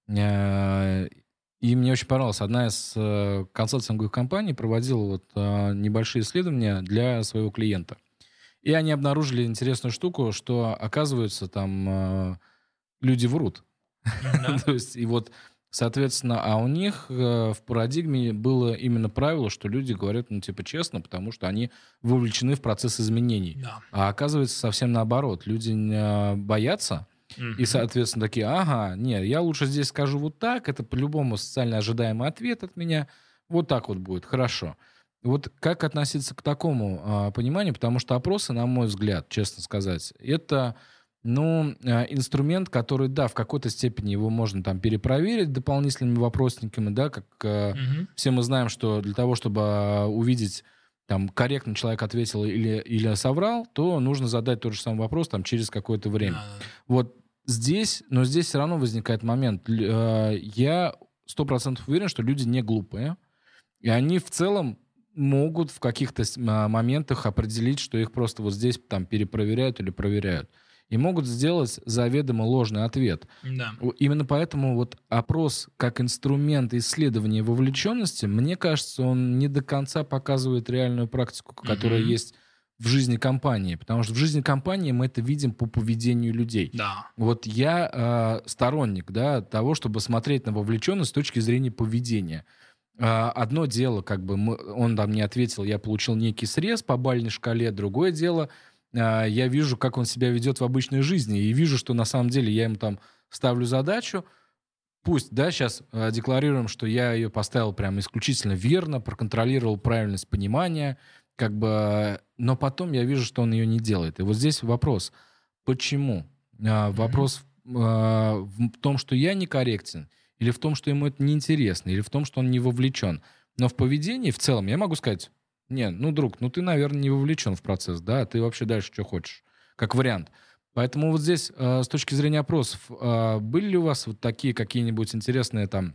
э, и мне очень понравилось. Одна из э, консалтинговых компаний проводила вот э, небольшие исследования для своего клиента. И они обнаружили интересную штуку, что, оказывается, там э, люди врут. Да. То есть, и вот, соответственно, а у них э, в парадигме было именно правило, что люди говорят, ну, типа, честно, потому что они вовлечены в процесс изменений. Да. А оказывается, совсем наоборот. Люди э, боятся, и, Мгм. соответственно, такие, ага, не, я лучше здесь скажу вот так, это по-любому социально ожидаемый ответ от меня, вот так вот будет, хорошо. Вот как относиться к такому а, пониманию, потому что опросы, на мой взгляд, честно сказать, это, ну, а, инструмент, который, да, в какой-то степени его можно там перепроверить дополнительными вопросниками, да, как а, Мгм. все мы знаем, что для того, чтобы а, увидеть, там, корректно человек ответил или, или соврал, то нужно задать тот же самый вопрос там через какое-то время. Да. Вот здесь, но здесь все равно возникает момент. Л- э, Я сто процентов уверен, что люди не глупые, и они в целом могут в каких-то с- м- моментах определить, что их просто вот здесь там перепроверяют или проверяют. И могут сделать заведомо ложный ответ. Да. У- Именно поэтому вот опрос как инструмент исследования вовлеченности, мне кажется, он не до конца показывает реальную практику, которая Мгм. есть в жизни компании. Потому что в жизни компании мы это видим по поведению людей. Да. Вот я э, сторонник, да, того, чтобы смотреть на вовлеченность с точки зрения поведения. А, Одно дело, как бы мы- он там не ответил, я получил некий срез по бальной шкале. Другое дело, а, я вижу, как он себя ведет в обычной жизни, и вижу, что на самом деле я ему там ставлю задачу. Пусть, да, сейчас декларируем, что я ее поставил прям исключительно верно, проконтролировал правильность понимания, как бы, но потом я вижу, что он ее не делает. И вот здесь вопрос, почему? А, Мгм. Вопрос а, в том, что я некорректен, или в том, что ему это неинтересно, или в том, что он не вовлечен. Но в поведении в целом я могу сказать, не, ну, друг, ну ты, наверное, не вовлечен в процесс, да, ты вообще дальше что хочешь, как вариант. Поэтому вот здесь, э, с точки зрения опросов, э, были ли у вас вот такие какие-нибудь интересные там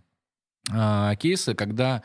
а, кейсы, когда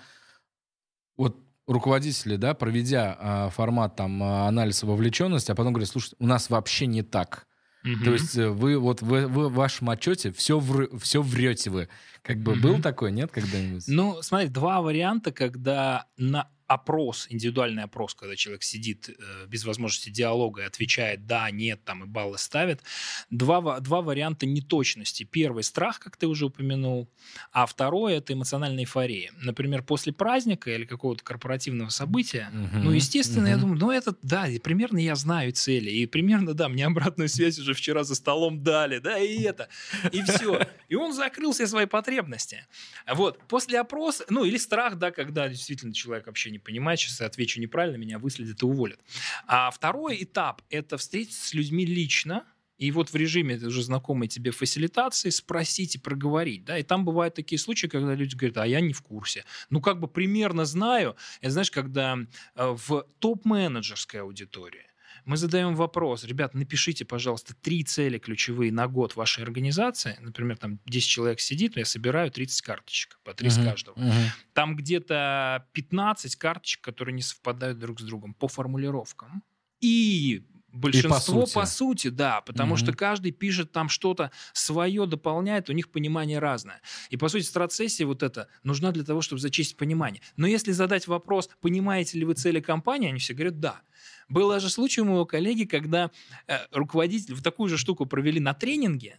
вот руководители, да, проведя а, формат там а, анализа вовлеченности, а потом говорят, слушай, у нас вообще не так. То Мгм. есть э, вы вот вы, вы в вашем отчете все, вр- все врете вы. Как бы был Мгм. такой, нет, когда-нибудь? Ну, смотри, два варианта, когда на опрос, индивидуальный опрос, когда человек сидит э, без возможности диалога и отвечает «да», «нет», там, и баллы ставит. Два, ва- два варианта неточности. Первый – страх, как ты уже упомянул, а второй – это эмоциональная эйфория. Например, после праздника или какого-то корпоративного события, ну, Мгм, естественно, я мгм. думаю, ну, это, да, и примерно я знаю цели, и примерно, да, мне обратную связь уже вчера за столом дали, да, и это, и все. И он закрыл все свои потребности. Вот, после опроса, ну, или страх, да, когда действительно человек вообще не понимает, сейчас я отвечу неправильно, меня выследят и уволят. А второй этап – это встретиться с людьми лично, и вот в режиме это уже знакомой тебе фасилитации спросить и проговорить, да, и там бывают такие случаи, когда люди говорят, а я не в курсе. Ну, как бы примерно знаю, это знаешь, когда э, в топ-менеджерской аудитории мы задаем вопрос, ребят, напишите, пожалуйста, три цели ключевые на год вашей организации. Например, там десять человек сидит, я собираю тридцать карточек, по три с Мгм, каждого. мгм. Там где-то пятнадцать карточек, которые не совпадают друг с другом по формулировкам. И большинство сути. по сути, да, потому Мгм. что каждый пишет там что-то свое, дополняет, у них понимание разное. И по сути страцессия вот эта нужна для того, чтобы зачистить понимание. Но если задать вопрос, понимаете ли вы цели компании, они все говорят «да». Был даже случай у моего коллеги, когда э, руководитель в такую же штуку провели на тренинге,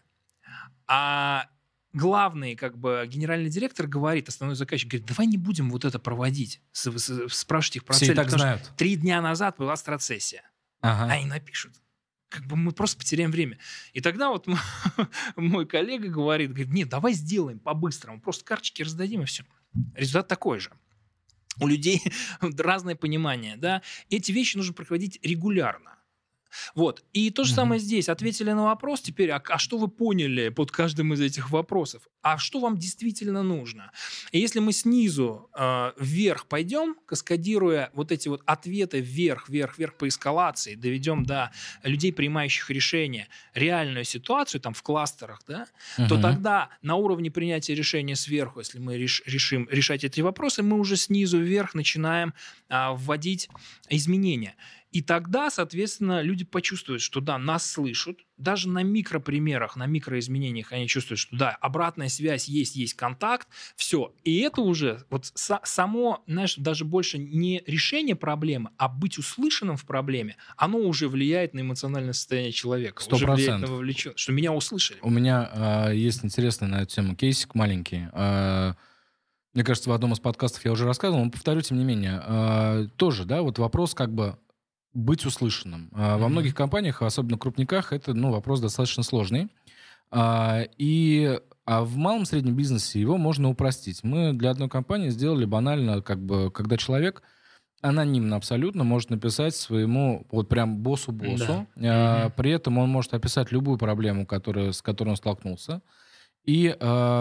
а главный, как бы, генеральный директор говорит, основной заказчик, говорит, давай не будем вот это проводить, с- с- спрашивать их про Все и цели, так потому что знают. три дня назад была страцессия. Ага. Они напишут. Как бы мы просто потеряем время. И тогда вот м- мой коллега говорит, говорит, нет, давай сделаем по-быстрому, просто карточки раздадим и все. Результат такой же. у людей разное понимание, да. Эти вещи нужно проходить регулярно. Вот. И то же Мгм. самое здесь. Ответили на вопрос теперь, а, а что вы поняли под каждым из этих вопросов? А что вам действительно нужно? И если мы снизу э, вверх пойдем, каскадируя вот эти вот ответы вверх, вверх, вверх по эскалации, доведем до людей, принимающих решения, реальную ситуацию там в кластерах, да, то Мгм. тогда на уровне принятия решения сверху, если мы реш- решим решать эти вопросы, мы уже снизу вверх начинаем а, вводить изменения. И тогда, соответственно, люди почувствуют, что да, нас слышат, даже на микропримерах, на микроизменениях они чувствуют, что да, обратная связь есть, есть контакт, все. И это уже вот са- само, знаешь, даже больше не решение проблемы, а быть услышанным в проблеме, оно уже влияет на эмоциональное состояние человека, Сто уже влияет на процентов. вовлеченность, что меня услышали. У меня а, есть интересный на эту тему кейсик маленький. А, мне кажется, в одном из подкастов я уже рассказывал, но повторю, тем не менее. А, тоже, да, вот вопрос как бы быть услышанным. А, во Мгм. многих компаниях, особенно крупниках, это, ну, вопрос достаточно сложный. А, и а в малом среднем бизнесе его можно упростить. Мы для одной компании сделали банально, как бы, когда человек анонимно абсолютно может написать своему вот прям Да. боссу-боссу. А, Мгм. при этом он может описать любую проблему, которая, с которой он столкнулся. И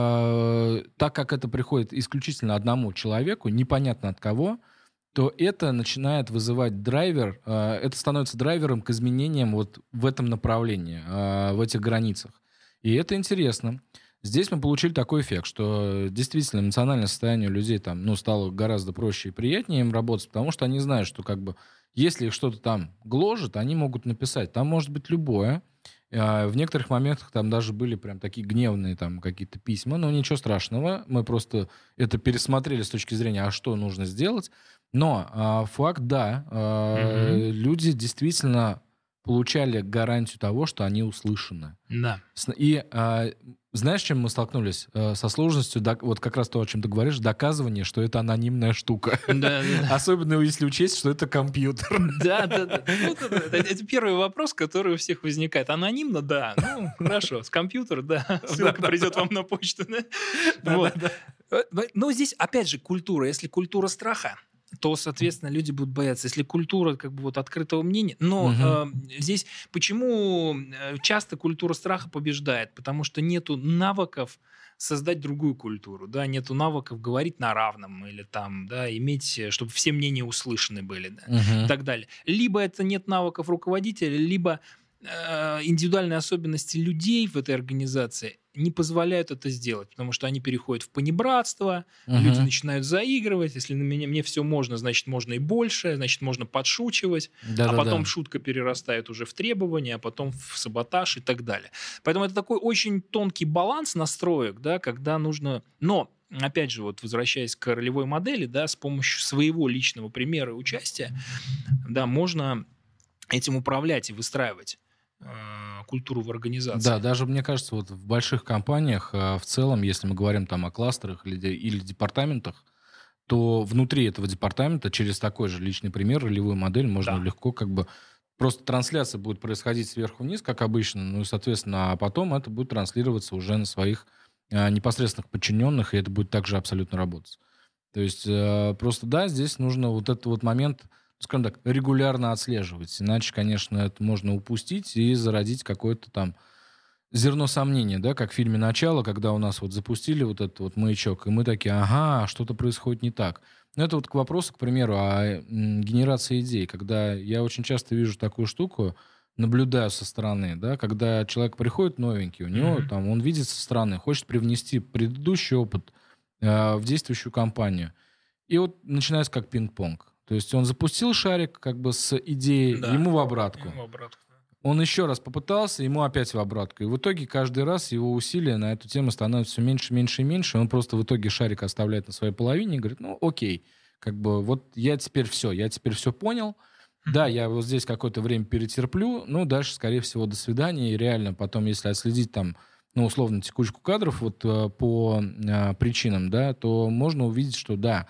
а, так как это приходит исключительно одному человеку, непонятно от кого, то это начинает вызывать драйвер, а, это становится драйвером к изменениям вот в этом направлении, а, в этих границах. И это интересно. Здесь мы получили такой эффект, что действительно эмоциональное состояние у людей там, ну, стало гораздо проще и приятнее им работать, потому что они знают, что как бы если их что-то там гложет, они могут написать. Там может быть любое. А, В некоторых моментах там даже были прям такие гневные там какие-то письма, но ничего страшного. Мы просто это пересмотрели с точки зрения, а что нужно сделать. Но а, факт, да, а, Мгм. люди действительно получали гарантию того, что они услышаны. Да. С- И а, знаешь, с чем мы столкнулись? А, со сложностью, док- вот как раз то, о чем ты говоришь, доказывание, что это анонимная штука. Да, да, да. Особенно если учесть, что это компьютер. Да, да, да. Ну, это, это- это первый вопрос, который у всех возникает. Анонимно, да. Ну, хорошо. С компьютера, да. Ссылка Да-да-да. придет вам на почту, да? Вот. Да-да-да. Э, но- Но здесь, опять же, культура. Если культура страха, то, соответственно, люди будут бояться. Если культура как бы вот открытого мнения. Но Мгм. э, здесь почему э, часто культура страха побеждает? Потому что нету навыков создать другую культуру, да, нету навыков говорить на равном или там, да, иметь, э, чтобы все мнения услышаны были, да, и Мгм. так далее. Либо это нет навыков руководителя, либо э, индивидуальные особенности людей в этой организации не позволяют это сделать, потому что они переходят в понебратство, люди Мгм. начинают заигрывать, если на меня мне все можно, значит, можно и больше, значит, можно подшучивать, а потом Да-да-да. шутка перерастает уже в требования, а потом в саботаж и так далее. Поэтому это такой очень тонкий баланс настроек, да, когда нужно... Но, опять же, вот возвращаясь к ролевой модели, да, с помощью своего личного примера и участия, да, можно этим управлять и выстраивать э, культуру в Да, организации. даже мне кажется, вот в больших компаниях а, в целом, если мы говорим там о кластерах или, де- или департаментах, то внутри этого департамента через такой же личный пример, ролевую модель можно Да. легко как бы... Просто трансляция будет происходить сверху вниз, как обычно, ну и, соответственно, а потом это будет транслироваться уже на своих а, непосредственных подчиненных, и это будет также абсолютно работать. То есть э, просто да, здесь нужно вот этот вот момент, скажем так, регулярно отслеживать. Иначе, конечно, это можно упустить и зародить какое-то там зерно сомнения, да, как в фильме «Начало», когда у нас вот запустили вот этот вот маячок, и мы такие, ага, что-то происходит не так. Ну, это вот к вопросу, к примеру, о м, генерации идей, когда я очень часто вижу такую штуку, наблюдаю со стороны, да, когда человек приходит новенький, у него Мгм. там, он видит со стороны, хочет привнести предыдущий опыт э, в действующую компанию. И вот начинается как пинг-понг. То есть он запустил шарик как бы с идеей, Да. ему в обратку. Ему обратку. Он еще раз попытался, ему опять в обратку. И в итоге каждый раз его усилия на эту тему становятся все меньше, меньше и меньше. И он просто в итоге шарик оставляет на своей половине и говорит, ну окей, как бы вот я теперь все, я теперь все понял. Да, я вот здесь какое-то время перетерплю, ну дальше, скорее всего, до свидания. И реально потом, если отследить там, ну условно, текучку кадров вот э, по э, причинам, да, то можно увидеть, что да,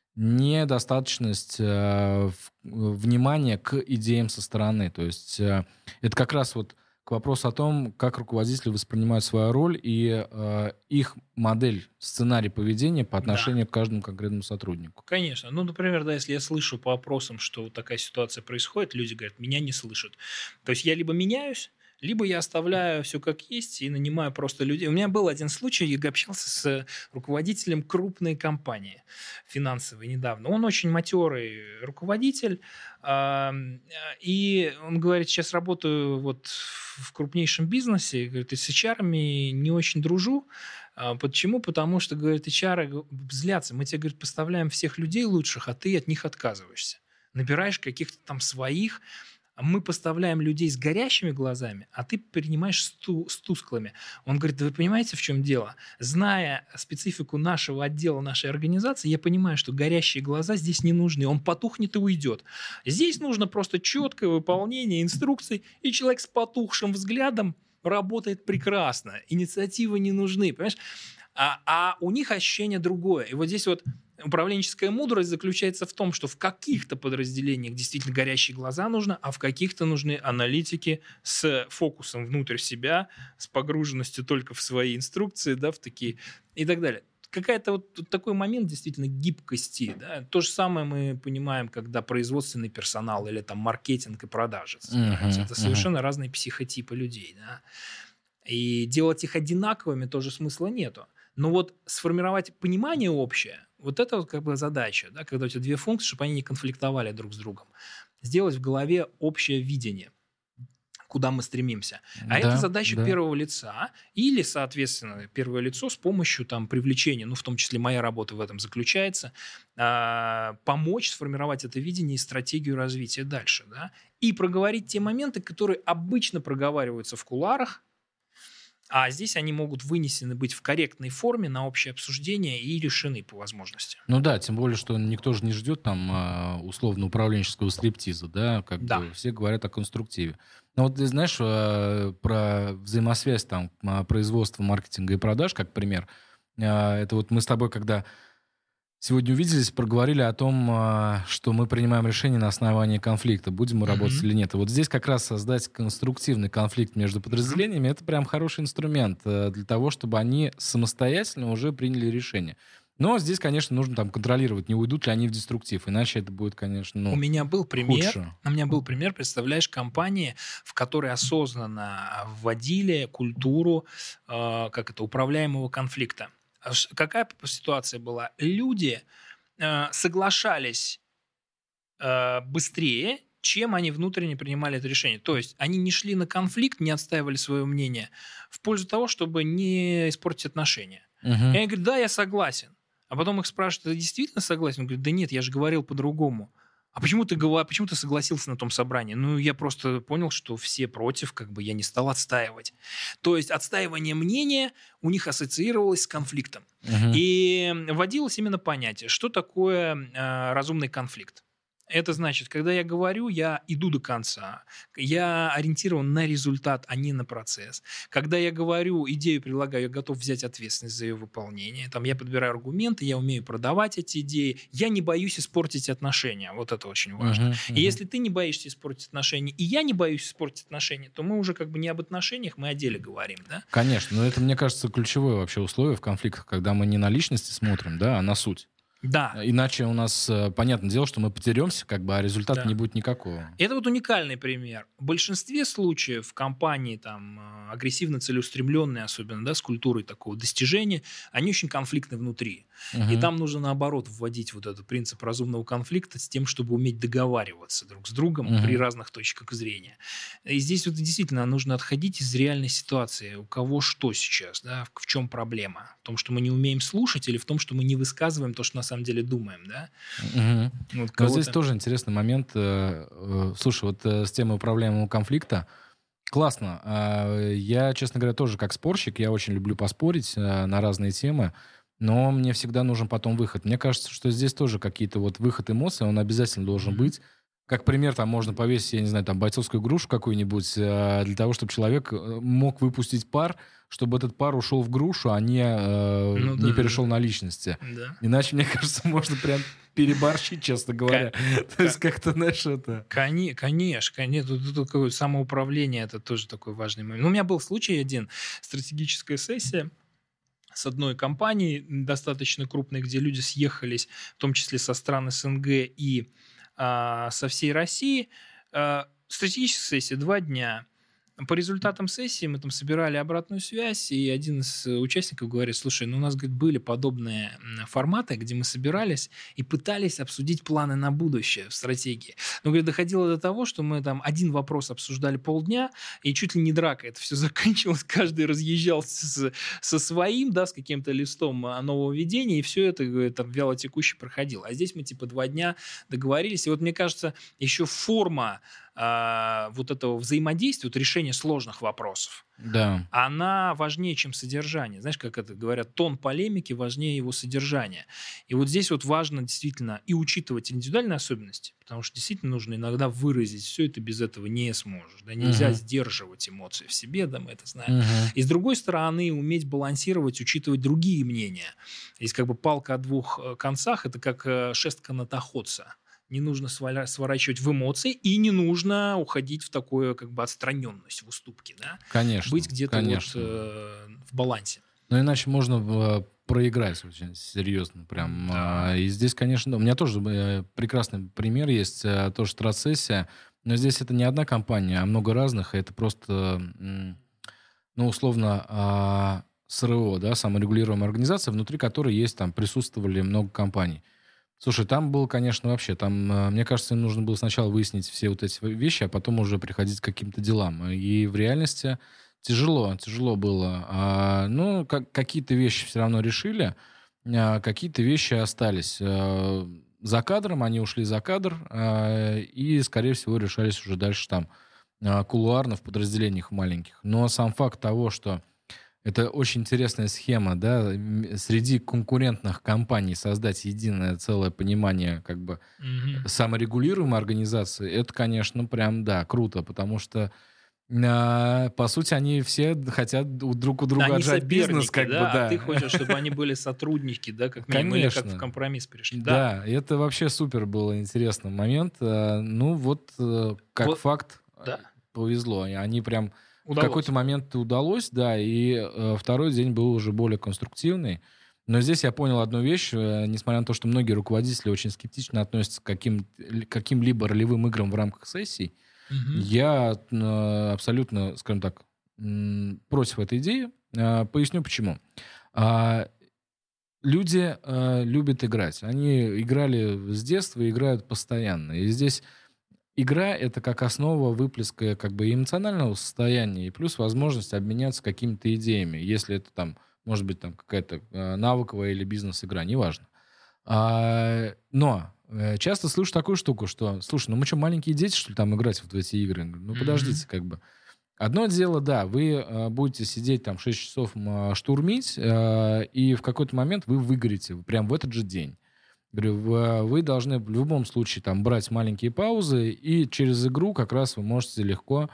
недостаточность э, в- внимания к идеям со стороны. То есть э, это как раз вот к вопросу о том, как руководители воспринимают свою роль и э, их модель, сценарий поведения по отношению да. к каждому конкретному сотруднику. Конечно. Ну, например, да, если я слышу по опросам, что вот такая ситуация происходит, люди говорят, меня не слышат. То есть я либо меняюсь, либо я оставляю все как есть и нанимаю просто людей. У меня был один случай, я общался с руководителем крупной компании финансовой недавно. Он очень матерый руководитель, и он говорит, сейчас работаю вот в крупнейшем бизнесе, говорит, и с эйч ар-ами не очень дружу. Почему? Потому что, говорит, эйч ар злятся. Мы тебе, говорит, поставляем всех людей лучших, а ты от них отказываешься. Набираешь каких-то там своих. Мы поставляем людей с горящими глазами, а ты принимаешь с, ту, с тусклыми. Он говорит, да вы понимаете, в чем дело? Зная специфику нашего отдела, нашей организации, я понимаю, что горящие глаза здесь не нужны. Он потухнет и уйдет. Здесь нужно просто четкое выполнение инструкций, и человек с потухшим взглядом работает прекрасно. Инициативы не нужны, понимаешь? А, а у них ощущение другое. И вот здесь вот управленческая мудрость заключается в том, что в каких-то подразделениях действительно горящие глаза нужны, а в каких-то нужны аналитики с фокусом внутрь себя, с погруженностью только в свои инструкции, да, в такие и так далее. Какая-то вот такой момент действительно гибкости. Да? То же самое мы понимаем, когда производственный персонал или там маркетинг и продажи. Uh-huh, это совершенно uh-huh. разные психотипы людей. Да? И делать их одинаковыми тоже смысла нету. Но вот сформировать понимание общее, вот это вот как бы задача, да, когда у тебя две функции, чтобы они не конфликтовали друг с другом. Сделать в голове общее видение, куда мы стремимся. А да, это задача да. первого лица или, соответственно, первое лицо с помощью там, привлечения, ну, в том числе моя работа в этом заключается, э, помочь сформировать это видение и стратегию развития дальше. Да? И проговорить те моменты, которые обычно проговариваются в кулуарах, а здесь они могут вынесены быть в корректной форме на общее обсуждение и решены по возможности. Ну да, тем более, что никто же не ждет там условно управленческого стриптиза, да, как да. бы все говорят о конструктиве. Но вот ты знаешь, про взаимосвязь там производства, маркетинга и продаж, как пример, это вот мы с тобой, когда сегодня увиделись, проговорили о том, что мы принимаем решение на основании конфликта, будем мы работать mm-hmm. или нет. И вот здесь как раз создать конструктивный конфликт между подразделениями, mm-hmm. это прям хороший инструмент для того, чтобы они самостоятельно уже приняли решение. Но здесь, конечно, нужно там контролировать, не уйдут ли они в деструктив, иначе это будет, конечно, ну, у меня был пример, худше. У меня был пример, представляешь, компании, в которой осознанно вводили культуру, э, как это, управляемого конфликта. Какая ситуация была? Люди э, соглашались э, быстрее, чем они внутренне принимали это решение. То есть они не шли на конфликт, не отстаивали свое мнение в пользу того, чтобы не испортить отношения. Uh-huh. И они говорят, да, я согласен. А потом их спрашивают, ты действительно согласен? Он говорит, да нет, я же говорил по-другому. А почему ты, почему ты согласился на том собрании? Ну, я просто понял, что все против, как бы я не стал отстаивать. То есть отстаивание мнения у них ассоциировалось с конфликтом. Uh-huh. И вводилось именно понятие, что такое э, разумный конфликт. Это значит, когда я говорю, я иду до конца, я ориентирован на результат, а не на процесс. Когда я говорю, идею предлагаю, я готов взять ответственность за ее выполнение. Там, я подбираю аргументы, я умею продавать эти идеи, я не боюсь испортить отношения. Вот это очень важно. Uh-huh, uh-huh. И если ты не боишься испортить отношения, и я не боюсь испортить отношения, то мы уже как бы не об отношениях, мы о деле говорим. Да? Конечно, но это, мне кажется, ключевое вообще условие в конфликтах, когда мы не на личности смотрим, да, а на суть. Да. Иначе у нас, понятное дело, что мы потеремся, как бы, а результата да. не будет никакого. Это вот уникальный пример. В большинстве случаев компании там, агрессивно-целеустремленные, особенно да, с культурой такого достижения, они очень конфликтны внутри. Угу. И там нужно, наоборот, вводить вот этот принцип разумного конфликта с тем, чтобы уметь договариваться друг с другом угу. при разных точках зрения. И здесь вот действительно нужно отходить из реальной ситуации. У кого что сейчас, да, в чем проблема? В том, что мы не умеем слушать, или в том, что мы не высказываем то, что нас на самом деле думаем, да? Угу. Вот Но здесь тоже интересный момент. Слушай, вот с темой управляемого конфликта классно. Я, честно говоря, тоже как спорщик, я очень люблю поспорить на разные темы, но мне всегда нужен потом выход. Мне кажется, что здесь тоже какие-то вот выход эмоций, он обязательно должен mm-hmm. быть, как пример, там можно повесить, я не знаю, там бойцовскую грушу какую-нибудь, э, для того, чтобы человек мог выпустить пар, чтобы этот пар ушел в грушу, а не, э, Ну не да, перешел да, на личности. да. Иначе, мне кажется, можно прям переборщить, честно говоря. То есть как-то, знаешь, это... Коне- Конечно, конечно. Тут, тут какое самоуправление, это тоже такой важный момент. Ну, у меня был случай один, стратегическая сессия с одной компанией, достаточно крупной, где люди съехались, в том числе со стран СНГ и а, со всей России. А, стратегическая сессия, два дня. По результатам сессии мы там собирали обратную связь, и один из участников говорит: слушай, ну у нас, говорит, были подобные м, форматы, где мы собирались и пытались обсудить планы на будущее в стратегии. Но, говорит, доходило до того, что мы там один вопрос обсуждали полдня, и чуть ли не драка это все заканчивалось, каждый разъезжал с- со своим, да, с каким-то листом а, нововведения, и все это, говорит, там вялотекуще проходило. А здесь мы типа два дня договорились, и вот мне кажется, еще форма а, вот этого взаимодействия, вот решения сложных вопросов, Да, она важнее, чем содержание. Знаешь, как это говорят, тон полемики важнее его содержания. И вот здесь вот важно действительно и учитывать индивидуальные особенности, потому что действительно нужно иногда выразить все это, без этого не сможешь. Да? Нельзя Мгм. сдерживать эмоции в себе, да, мы это знаем. Мгм. И с другой стороны, уметь балансировать, учитывать другие мнения. Есть как бы палка о двух э, концах, это как э, шест канатоходца. Не нужно сваля- сворачивать в эмоции, и не нужно уходить в такую как бы отстраненность, в уступки, да? Конечно, Быть где-то вот конечно. э, в балансе. Но иначе можно э, проиграть очень серьезно прям. Да. А, И здесь, конечно, у меня тоже э, прекрасный пример есть, э, тоже стратсессия. Но здесь это не одна компания, а много разных. И это просто, м, ну, условно, а, СРО, да, саморегулируемая организация, внутри которой есть, там, присутствовали много компаний. Слушай, там был, конечно, вообще, там, э, мне кажется, им нужно было сначала выяснить все вот эти вещи, а потом уже приходить к каким-то делам. И в реальности тяжело, тяжело было. А, ну, как- какие-то вещи все равно решили, а, какие-то вещи остались. А, за кадром, они ушли за кадр, а, и, скорее всего, решались уже дальше там а, кулуарно в подразделениях маленьких. Но сам факт того, что это очень интересная схема, да, м, среди конкурентных компаний создать единое целое понимание как бы Мгм. саморегулируемой организации, это, конечно, прям, да, круто, потому что, а, по сути, они все хотят у- друг у друга Они отжать бизнес, соперники, как бы, да, а ты да. хочешь, чтобы они были сотрудники, да, как минимум, или как в Конечно, компромисс пришли. Да, да, и это вообще супер был интересный момент. А, Ну, вот, э, как вот, факт, а, да, повезло, и они прям в удалось. какой-то момент удалось, да, и э, второй день был уже более конструктивный. Но здесь я понял одну вещь, э, несмотря на то, что многие руководители очень скептично относятся к каким, каким-либо ролевым играм в рамках сессий, Мгм. я э, абсолютно, скажем так, м, против этой идеи. Э, Поясню почему. А, Люди э, любят играть. Они играли с детства и играют постоянно. И здесь игра — это как основа выплеска как бы эмоционального состояния и плюс возможность обменяться какими-то идеями, если это там, может быть, там какая-то э, навыковая или бизнес-игра, неважно. А, но э, часто слышу такую штуку, что, слушай, ну мы что, маленькие дети, что ли, там играть вот в эти игры? Я говорю, ну Мгм. подождите, как бы. Одно дело, да, вы э, будете сидеть там шесть часов м, штурмить, э, и в какой-то момент вы выгорите, прям в этот же день. Говорю, в- вы должны в любом случае там брать маленькие паузы, и через игру как раз вы можете легко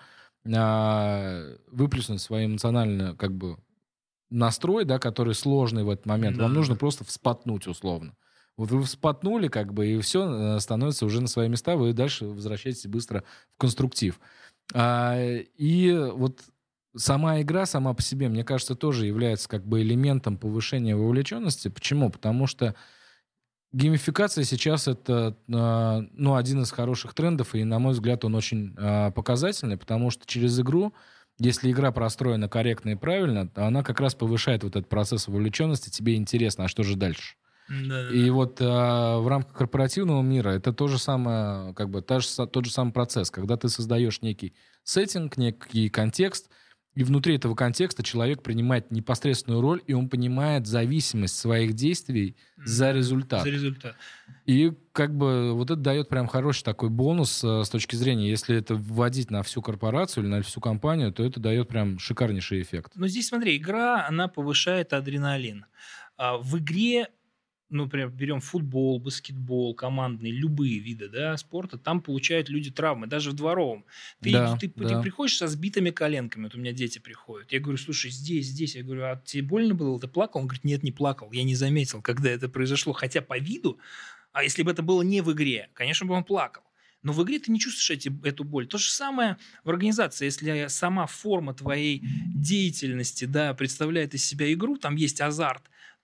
а, выплеснуть свой эмоциональный как бы настрой, да, который сложный в этот момент. Вам Да, нужно да. просто вспотнуть условно. Вот вы вспотнули, как бы, и все становится уже на свои места, вы дальше возвращаетесь быстро в конструктив. А, и вот сама игра сама по себе, мне кажется, тоже является как бы элементом повышения вовлеченности. Почему? Потому что геймификация сейчас это, а, ну, один из хороших трендов, и, на мой взгляд, он очень а, показательный, потому что через игру, если игра простроена корректно и правильно, то она как раз повышает вот этот процесс вовлеченности, тебе интересно, а что же дальше? И Да-да-да. вот а, в рамках корпоративного мира это то же самое, как бы та же са- тот же самый процесс, когда ты создаешь некий сеттинг, некий контекст, и внутри этого контекста человек принимает непосредственную роль, и он понимает зависимость своих действий за Да, результат. за результат. И как бы вот это дает прям хороший такой бонус э, с точки зрения, если это вводить на всю корпорацию или на всю компанию, то это дает прям шикарнейший эффект. Но здесь, смотри, игра, она повышает адреналин. А в игре ну, например, берем футбол, баскетбол, командные, любые виды, да, спорта, там получают люди травмы, даже в дворовом. Ты, Да, ты, ты да. приходишь со сбитыми коленками, вот у меня дети приходят, я говорю, слушай, здесь, здесь, я говорю, а тебе больно было, ты плакал? Он говорит, нет, не плакал, я не заметил, когда это произошло, хотя по виду, а если бы это было не в игре, конечно бы он плакал. Но в игре ты не чувствуешь эти, эту боль. То же самое в организации. Если сама форма твоей деятельности, да, представляет из себя игру, там есть азарт,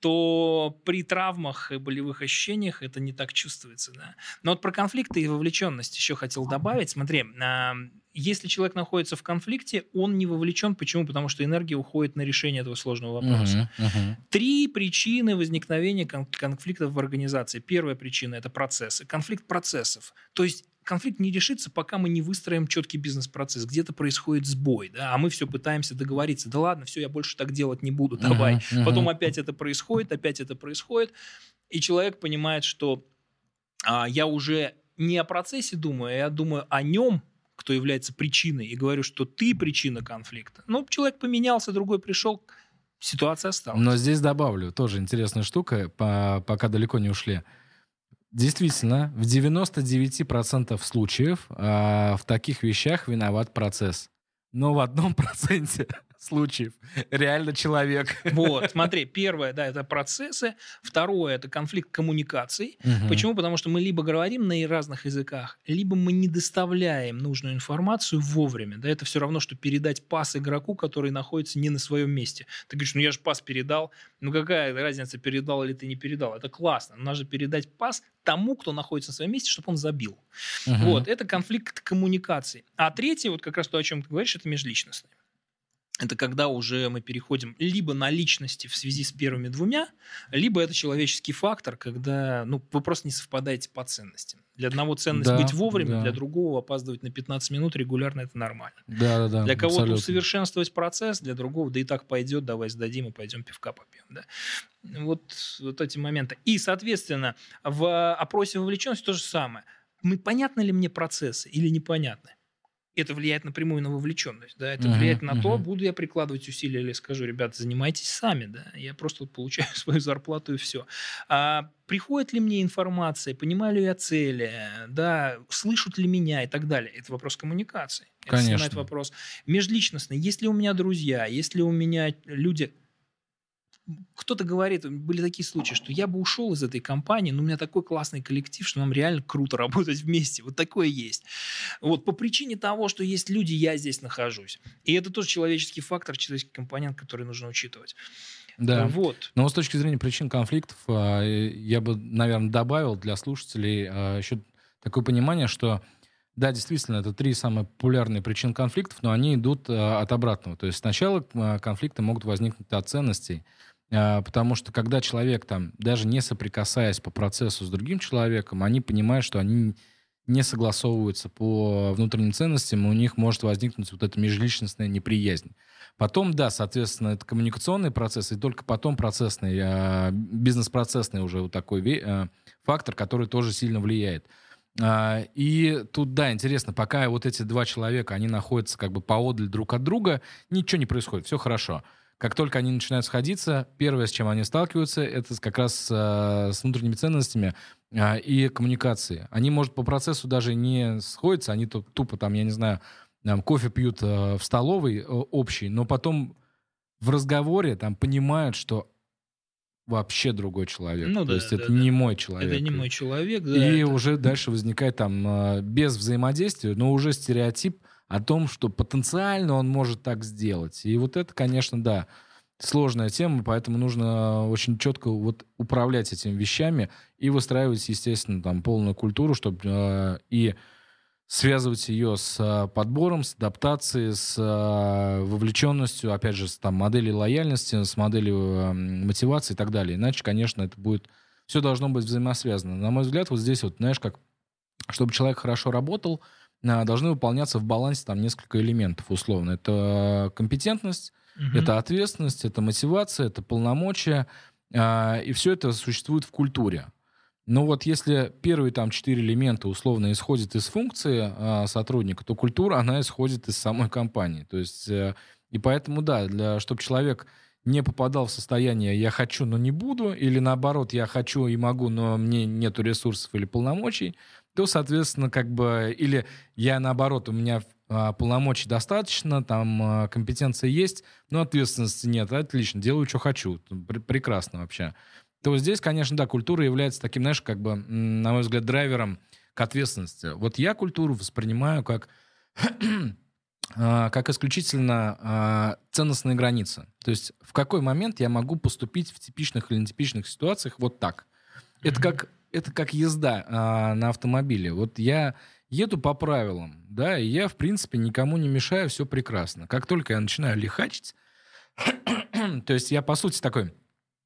то при травмах и болевых ощущениях это не так чувствуется. Да? Но вот про конфликты и вовлеченность еще хотел добавить. Смотри, а, если человек находится в конфликте, он не вовлечен. Почему? Потому что энергия уходит на решение этого сложного вопроса. Мгм, мгм. Три причины возникновения кон- конфликтов в организации. Первая причина – это процессы. Конфликт процессов. То есть конфликт не решится, пока мы не выстроим четкий бизнес-процесс. Где-то происходит сбой, да, а мы все пытаемся договориться. Да ладно, все, я больше так делать не буду, давай. Мгм, мгм. Потом опять это происходит, опять это происходит. И человек понимает, что а, я уже не о процессе думаю, а я думаю о нем, кто является причиной, и говорю, что ты причина конфликта. Ну, человек поменялся, другой пришел, ситуация осталась. Но здесь добавлю, тоже интересная штука, по- пока далеко не ушли. Действительно, в девяносто девять процентов случаев а, в таких вещах виноват процесс. Но в одном проценте случаев реально человек. Вот, смотри, первое, да, это процессы, второе, это конфликт коммуникаций. Мгм. Почему? Потому что мы либо говорим на разных языках, либо мы не доставляем нужную информацию вовремя. Да, это все равно, что передать пас игроку, который находится не на своем месте. Ты говоришь, ну я же пас передал. Ну какая разница, передал или ты не передал? Это классно. Но надо передать пас тому, кто находится на своем месте, чтобы он забил. Мгм. Вот, это конфликт коммуникаций. А третье, вот как раз то, о чем ты говоришь, это межличностный. Это когда уже мы переходим либо на личности в связи с первыми двумя, либо это человеческий фактор, когда ну, вы просто не совпадаете по ценностям. Для одного ценность Да, быть вовремя, да. для другого опаздывать на пятнадцать минут регулярно это нормально. Да, да, да. Для кого-то абсолютно. усовершенствовать процесс, для другого, да и так пойдет, давай сдадим и пойдем пивка попьем. Да? Вот, вот эти моменты. И, соответственно, в опросе вовлеченности то же самое. Мы, понятны ли мне процессы или непонятны? Это влияет напрямую на вовлеченность. Да? Это Мгм, влияет на то, мгм. буду я прикладывать усилия или скажу, ребята, занимайтесь сами. Да? Я просто вот получаю свою зарплату и все. А приходит ли мне информация, понимаю ли я цели, да, слышат ли меня и так далее. Это вопрос коммуникации. Это Конечно. снимает вопрос межличностный. Есть ли у меня друзья, есть ли у меня люди... Кто-то говорит, были такие случаи, что я бы ушел из этой компании, но у меня такой классный коллектив, что нам реально круто работать вместе. Вот такое есть. Вот по причине того, что есть люди, я здесь нахожусь. И это тоже человеческий фактор, человеческий компонент, который нужно учитывать. Да. Вот. Но вот с точки зрения причин конфликтов, а, э, я бы, наверное, добавил для слушателей а, еще такое понимание, что да, действительно, это три самые популярные причины конфликтов, но они идут а, от обратного. То есть сначала а, конфликты могут возникнуть от ценностей, а, потому что когда человек, там, даже не соприкасаясь по процессу с другим человеком, они понимают, что они не согласовываются по внутренним ценностям, и у них может возникнуть вот эта межличностная неприязнь. Потом, да, соответственно, это коммуникационный процесс, и только потом процессный, а, бизнес-процессный уже вот такой ве- а, фактор, который тоже сильно влияет. А, И тут, да, интересно, пока вот эти два человека, они находятся как бы поодаль друг от друга, ничего не происходит, все хорошо. Как только они начинают сходиться, первое, с чем они сталкиваются, это как раз а, с внутренними ценностями а, и коммуникацией. Они, может, по процессу даже не сходятся, они тут тупо там, я не знаю, там, кофе пьют а, в столовой а, общей, но потом в разговоре там понимают, что вообще другой человек. Ну То да, есть да, это да. не мой человек. Это не мой человек. Да, И это- уже дальше возникает там а, без взаимодействия, но уже стереотип о том, что потенциально он может так сделать. И вот это, конечно, да, сложная тема, поэтому нужно очень четко вот управлять этими вещами и выстраивать, естественно, там полную культуру, чтобы э, и связывать ее с э, подбором, с адаптацией, с э, вовлеченностью, опять же, с там, моделью лояльности, с моделью э, мотивации и так далее. Иначе, конечно, это будет... Все должно быть взаимосвязано. На мой взгляд, вот здесь вот, знаешь, как... Чтобы человек хорошо работал, э, должны выполняться в балансе там несколько элементов, условно. Это компетентность, Мгм. это ответственность, это мотивация, это полномочия. а, И все это существует в культуре. Но вот если первые там четыре элемента условно исходят из функции а, сотрудника, то культура, она исходит из самой компании. То есть, э, и поэтому, да, для, чтобы человек не попадал в состояние «я хочу, но не буду», или наоборот «я хочу и могу, но мне нету ресурсов или полномочий», то, соответственно, как бы, или я наоборот, у меня а, полномочий достаточно, там а, компетенции есть, но ответственности нет. Отлично, делаю, что хочу. Пр- прекрасно вообще. То здесь, конечно, да, культура является таким, знаешь, как бы, м, на мой взгляд, драйвером к ответственности. Вот я культуру воспринимаю как, а, как исключительно а, ценностные границы. То есть в какой момент я могу поступить в типичных или нетипичных ситуациях вот так. Это как, это как езда а, на автомобиле. Вот я еду по правилам, да, и я, в принципе, никому не мешаю, все прекрасно. Как только я начинаю лихачить, то есть я, по сути, такой,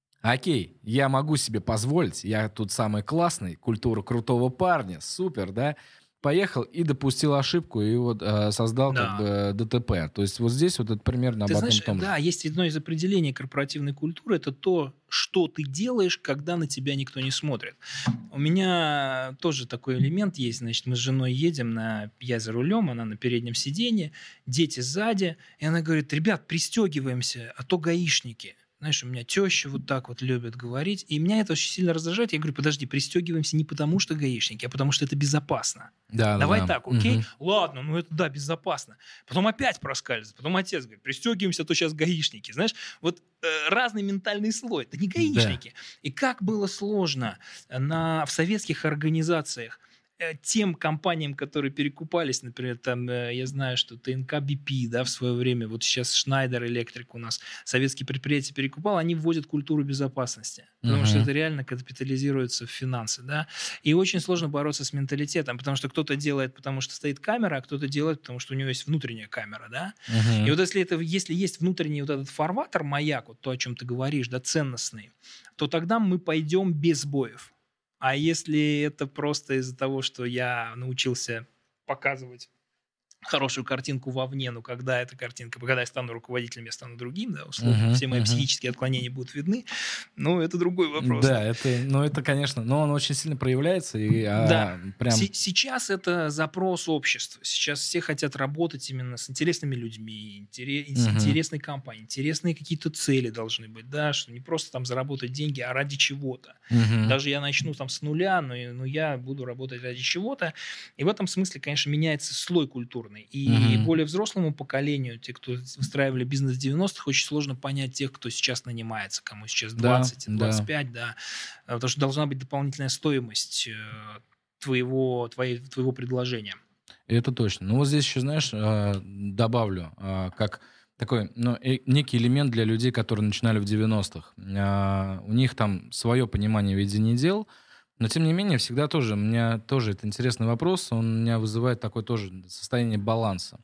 окей, я могу себе позволить, я тут самый классный, культура крутого парня, супер, да, поехал и допустил ошибку, и вот э, создал Да. как бы ДТП. То есть вот здесь вот это примерно Ты об одном знаешь, и том же. да, есть одно из определений корпоративной культуры, это то, что ты делаешь, когда на тебя никто не смотрит. У меня тоже такой элемент есть, значит, мы с женой едем, на, я за рулем, она на переднем сиденье, дети сзади, и она говорит, ребят, пристегиваемся, а то гаишники. Знаешь, у меня теща вот так вот любит говорить, и меня это очень сильно раздражает. Я говорю, подожди, пристегиваемся не потому, что гаишники, а потому, что это безопасно. Да, Давай да. так, окей? Мгм. Ладно, ну это да, безопасно. Потом опять проскальзывает. Потом отец говорит, пристегиваемся, а то сейчас гаишники. Знаешь, вот э, разный ментальный слой. Это не гаишники. И как было сложно на, в советских организациях э, тем компаниям, которые перекупались, например, там, э, я знаю, что ТНК би пи, да, в свое время, вот сейчас Schneider Electric у нас, советские предприятия перекупал, они вводят культуру безопасности, потому что Мгм. это реально капитализируется в финансы, да, и очень сложно бороться с менталитетом, потому что кто-то делает, потому что стоит камера, а кто-то делает, потому что у него есть внутренняя камера, да, и Мгм. вот если, это, если есть внутренний вот этот фарватер, маяк, вот то, о чем ты говоришь, да, ценностный, то тогда мы пойдем без боев. А если это просто из-за того, что я научился показывать хорошую картинку вовне, но когда эта картинка, когда я стану руководителем, я стану другим, да, условно, Мгм. все мои Мгм. психические отклонения будут видны, ну, это другой вопрос. Да, это, ну это, конечно, но он очень сильно проявляется и Да. а, прям. Се- Сейчас это запрос общества. Сейчас все хотят работать именно с интересными людьми, интере- с Мгм. интересной компанией. Интересные какие-то цели должны быть, да, что не просто там заработать деньги, а ради чего-то. Мгм. Даже я начну там с нуля, но, но я буду работать ради чего-то. И в этом смысле, конечно, меняется слой культурный. И Мгм. более взрослому поколению, те, кто выстраивали бизнес в девяностых, очень сложно понять тех, кто сейчас нанимается, кому сейчас Да, двадцать, да. двадцать пять, да. А, Потому что должна быть дополнительная стоимость э, твоего, твоей, твоего предложения. Это точно. Ну вот здесь еще, знаешь, а, добавлю, а, как такой, ну, э- некий элемент для людей, которые начинали в девяностых. А, У них там свое понимание ведения дел, но тем не менее всегда тоже, у меня тоже это интересный вопрос, он меня вызывает такое тоже состояние баланса.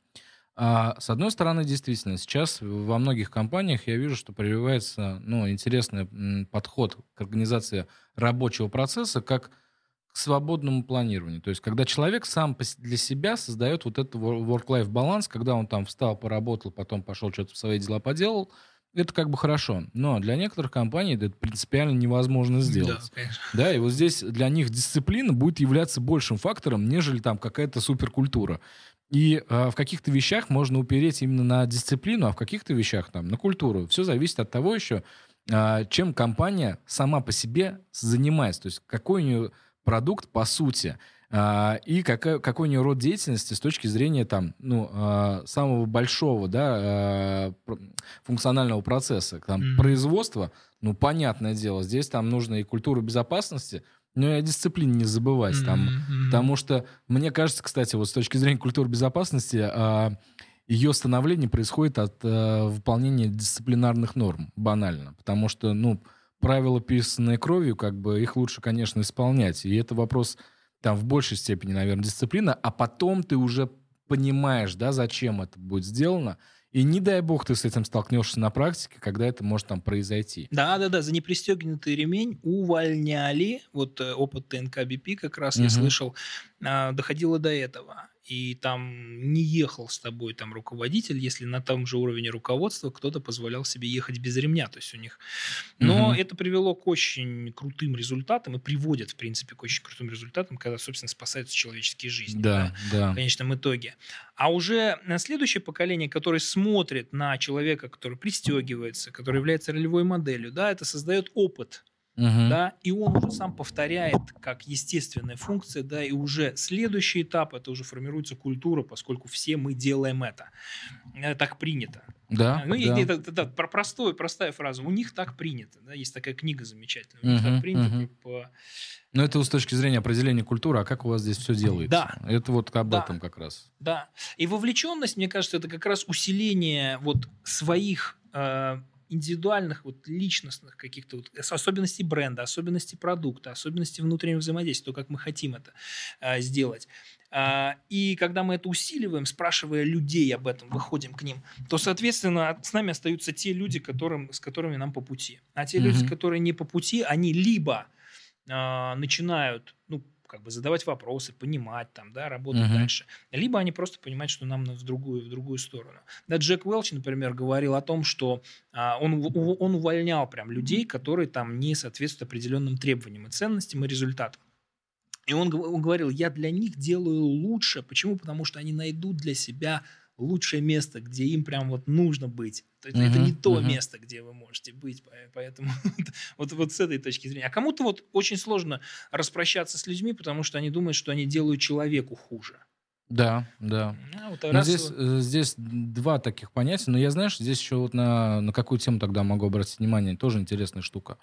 А, с одной стороны, действительно, сейчас во многих компаниях я вижу, что прививается, ну, интересный м, подход к организации рабочего процесса как к свободному планированию. То есть, когда человек сам пос- для себя создает вот этот wor- work-life баланс, когда он там встал, поработал, потом пошел что-то в свои дела поделал, это как бы хорошо. Но для некоторых компаний это принципиально невозможно Да, сделать. конечно. Да, и вот здесь для них дисциплина будет являться большим фактором, нежели там какая-то суперкультура. И а, в каких-то вещах можно упереть именно на дисциплину, а в каких-то вещах там на культуру. Все зависит от того еще, а, чем компания сама по себе занимается. То есть какой у нее продукт по сути. а, и какая, какой у нее род деятельности с точки зрения там, ну, а, самого большого, да, а, пр- функционального процесса. Там, Мгм. производство, ну, понятное дело, здесь там нужно и культура безопасности, но и о дисциплине не забывать. Там, Мгм, мгм. потому что, мне кажется, кстати, вот с точки зрения культуры безопасности, а, ее становление происходит от а, выполнения дисциплинарных норм, банально. Потому что, ну, правила, писанные кровью, как бы их лучше, конечно, исполнять. И это вопрос там в большей степени, наверное, дисциплина, а потом ты уже понимаешь, да, зачем это будет сделано. И не дай бог ты с этим столкнешься на практике, когда это может там произойти. Да, да, да, за непристегнутый ремень увольняли. Вот э, опыт ТНК би пи как раз я Мгм. слышал, а, доходило до этого. и там не ехал с тобой там руководитель, если на том же уровне руководства кто-то позволял себе ехать без ремня, то есть у них. Но Мгм. это привело к очень крутым результатам и приводит, в принципе, к очень крутым результатам, когда, собственно, спасаются человеческие жизни, да, Да, да. в конечном итоге. А уже на следующее поколение, которое смотрит на человека, который пристегивается, который является ролевой моделью, да, это создает опыт. Мгм. Да, и он уже сам повторяет как естественная функция, да, и уже следующий этап, это уже формируется культура, поскольку все мы делаем это. Это так принято. Да, А, Ну, и да. это, это- это про простую, простая фраза. У них так принято, да, есть такая книга замечательная. У них Мгм, так принято мгм. по- по- Но это вот с точки зрения определения культуры, а как у вас здесь все делается? Да. Это вот об Да. этом как раз. Да. И вовлеченность, мне кажется, это как раз усиление вот своих э, индивидуальных, вот личностных каких-то вот ос- особенностей бренда, особенностей продукта, особенностей внутреннего взаимодействия, то, как мы хотим это э, сделать. А, И когда мы это усиливаем, спрашивая людей об этом, выходим к ним, то, соответственно, от- с нами остаются те люди, которым, с которыми нам по пути. А те люди, Мгм. которые не по пути, они либо а, начинают, ну, как бы задавать вопросы, понимать там, да, работать Мгм. дальше. Либо они просто понимают, что нам на- в другую, в другую сторону. Да, Джек Уэлч, например, говорил о том, что а, он, ув- ув- он увольнял прям людей, которые там не соответствуют определенным требованиям и ценностям и результатам. И он, гов- он говорил, я для них делаю лучше. Почему? Потому что они найдут для себя лучшее место, где им прям вот нужно быть. То есть это Мгм, не то мгм. место, где вы можете быть. по- Поэтому вот, вот с этой точки зрения. А кому-то вот очень сложно распрощаться с людьми, потому что они думают, что они делают человеку хуже. Да, да. А вот Но раз здесь, вот- э, здесь два таких понятия. Но я, знаешь, здесь еще вот на, на какую тему тогда могу обратить внимание. Тоже интересная штука.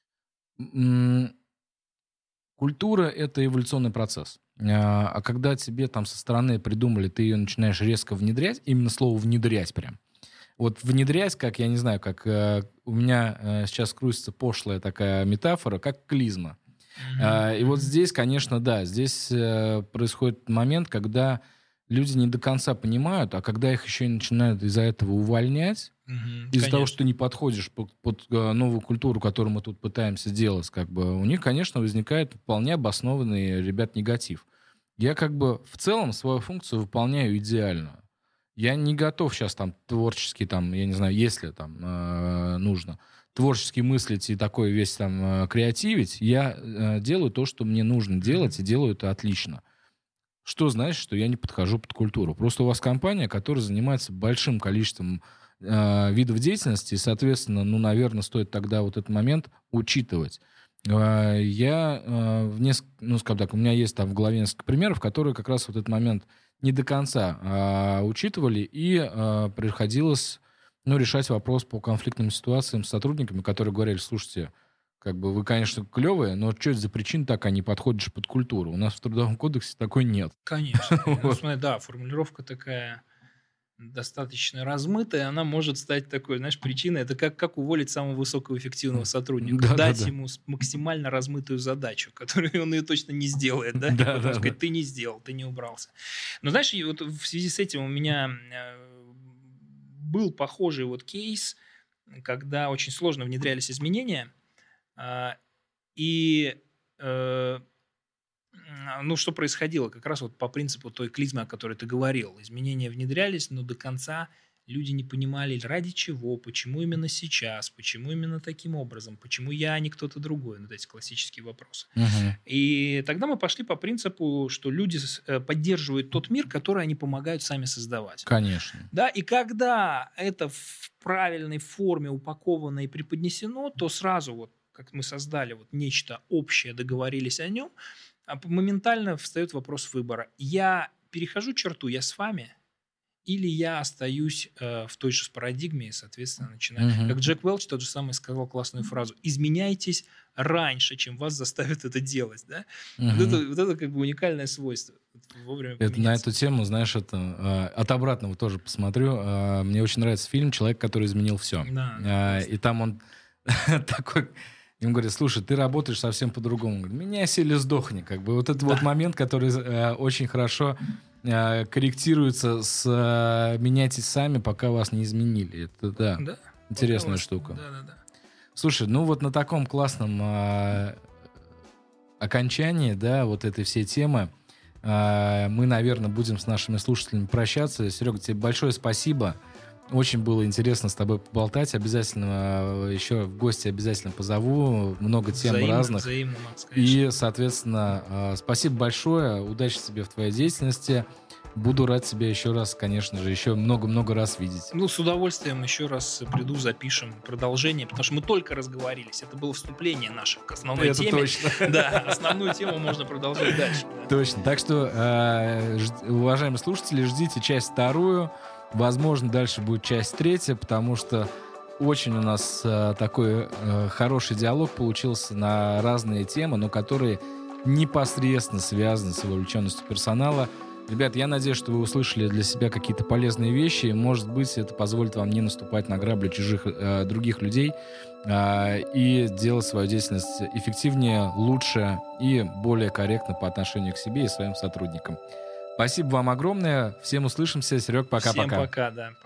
М, Культура — это эволюционный процесс. А а когда тебе там со стороны придумали, ты ее начинаешь резко внедрять, именно слово «внедрять» прям. Вот внедрять, как, я не знаю, как э, у меня э, сейчас крутится пошлая такая метафора, как клизма. Мгм, А, И вот мгм, здесь, конечно, да, здесь э, происходит момент, когда люди не до конца понимают, а когда их еще и начинают из-за этого увольнять, мгм, из-за того, что конечно. ты не подходишь под, под, э, новую культуру, которую мы тут пытаемся делать, как бы у них, конечно, возникает вполне обоснованный, ребят, негатив. Я как бы в целом свою функцию выполняю идеально. Я не готов сейчас там творчески, там, я не знаю, если там э, нужно, творчески мыслить и такой весь там э, креативить. Я э, делаю то, что мне нужно делать, и Мгм. делаю это отлично. Что значит, что я не подхожу под культуру? Просто у вас компания, которая занимается большим количеством э, видов деятельности, и, соответственно, ну, наверное, стоит тогда вот этот момент учитывать. Э, я э, в неск- ну, скажем так, у меня есть там в голове несколько примеров, которые как раз вот этот момент не до конца а, учитывали, и а, приходилось, ну, решать вопрос по конфликтным ситуациям с сотрудниками, которые говорили: слушайте, как бы вы, конечно, клевые, но что это за причина такая, не подходишь под культуру? У нас в Трудовом кодексе такой нет. Конечно. Ну, Вот. смотри, да, формулировка такая достаточно размытая, она может стать такой, знаешь, причиной. Это как, как уволить самого высокого эффективного сотрудника. Да, да, Дать да. ему с- максимально размытую задачу, которую он ее точно не сделает, да, и Да, потом да, сказать, да. ты не сделал, ты не убрался. Но знаешь, и вот в связи с этим у меня э, был похожий вот кейс, когда очень сложно внедрялись изменения, а, и э, М, ну, что происходило? Как раз вот по принципу той клизмы, о которой ты говорил. Изменения внедрялись, но до конца люди не понимали, ради чего, почему именно сейчас, почему именно таким образом, почему я, а не кто-то другой. Вот эти классические вопросы. Мгм. И тогда мы пошли по принципу, что люди с- э, поддерживают тот мир, который они помогают сами создавать. Конечно. Да, и когда это в правильной форме упаковано и преподнесено, то сразу вот, как мы создали вот нечто общее, договорились о нем, а п- моментально встает вопрос выбора. Я перехожу черту, я с вами, или я остаюсь э, в той же парадигме и, соответственно, начинаю. Мгм. Как Джек Уэлч тот же самый сказал классную фразу: «Изменяйтесь раньше, чем вас заставят это делать». Да? Вот, Мгм. это, вот это как бы уникальное свойство. Вот вовремя Это, на поменяться. эту тему, знаешь, это э, от обратного тоже посмотрю. Э, мне очень нравится фильм «Человек, который изменил все». Да, да, Э, классно. и там он такой, им говорит: слушай, ты работаешь совсем по-другому. Он говорит: меняйся или сдохни. Как бы вот этот вот Да. момент, который э, очень хорошо э, корректируется с э, «меняйтесь сами, пока вас не изменили». Это, да, Да, интересная пожалуйста. штука. Да, да, да. Слушай, ну вот на таком классном э, окончании, да, вот этой всей темы, э, мы, наверное, будем с нашими слушателями прощаться. Серега, тебе большое спасибо. Очень было интересно с тобой поболтать. Обязательно еще в гости обязательно позову. Много тем взаимно, разных. Взаимно, Макс, И, соответственно, спасибо большое. Удачи тебе в твоей деятельности. Буду рад тебя еще раз, конечно же, еще много-много раз видеть. Ну, с удовольствием еще раз приду, запишем продолжение, потому что мы только разговорились. Это было вступление наше к основной Это теме. точно. Да, основную тему можно продолжать дальше. Точно. Так что, э, ж- уважаемые слушатели, ждите часть вторую. Возможно, дальше будет часть третья, потому что очень у нас э, такой э, хороший диалог получился на разные темы, но которые непосредственно связаны с вовлеченностью персонала. Ребят, я надеюсь, что вы услышали для себя какие-то полезные вещи. Может быть, это позволит вам не наступать на грабли чужих э, других людей э, и делать свою деятельность эффективнее, лучше и более корректно по отношению к себе и своим сотрудникам. Спасибо вам огромное. Всем услышимся. Серег, пока-пока. Всем пока, да.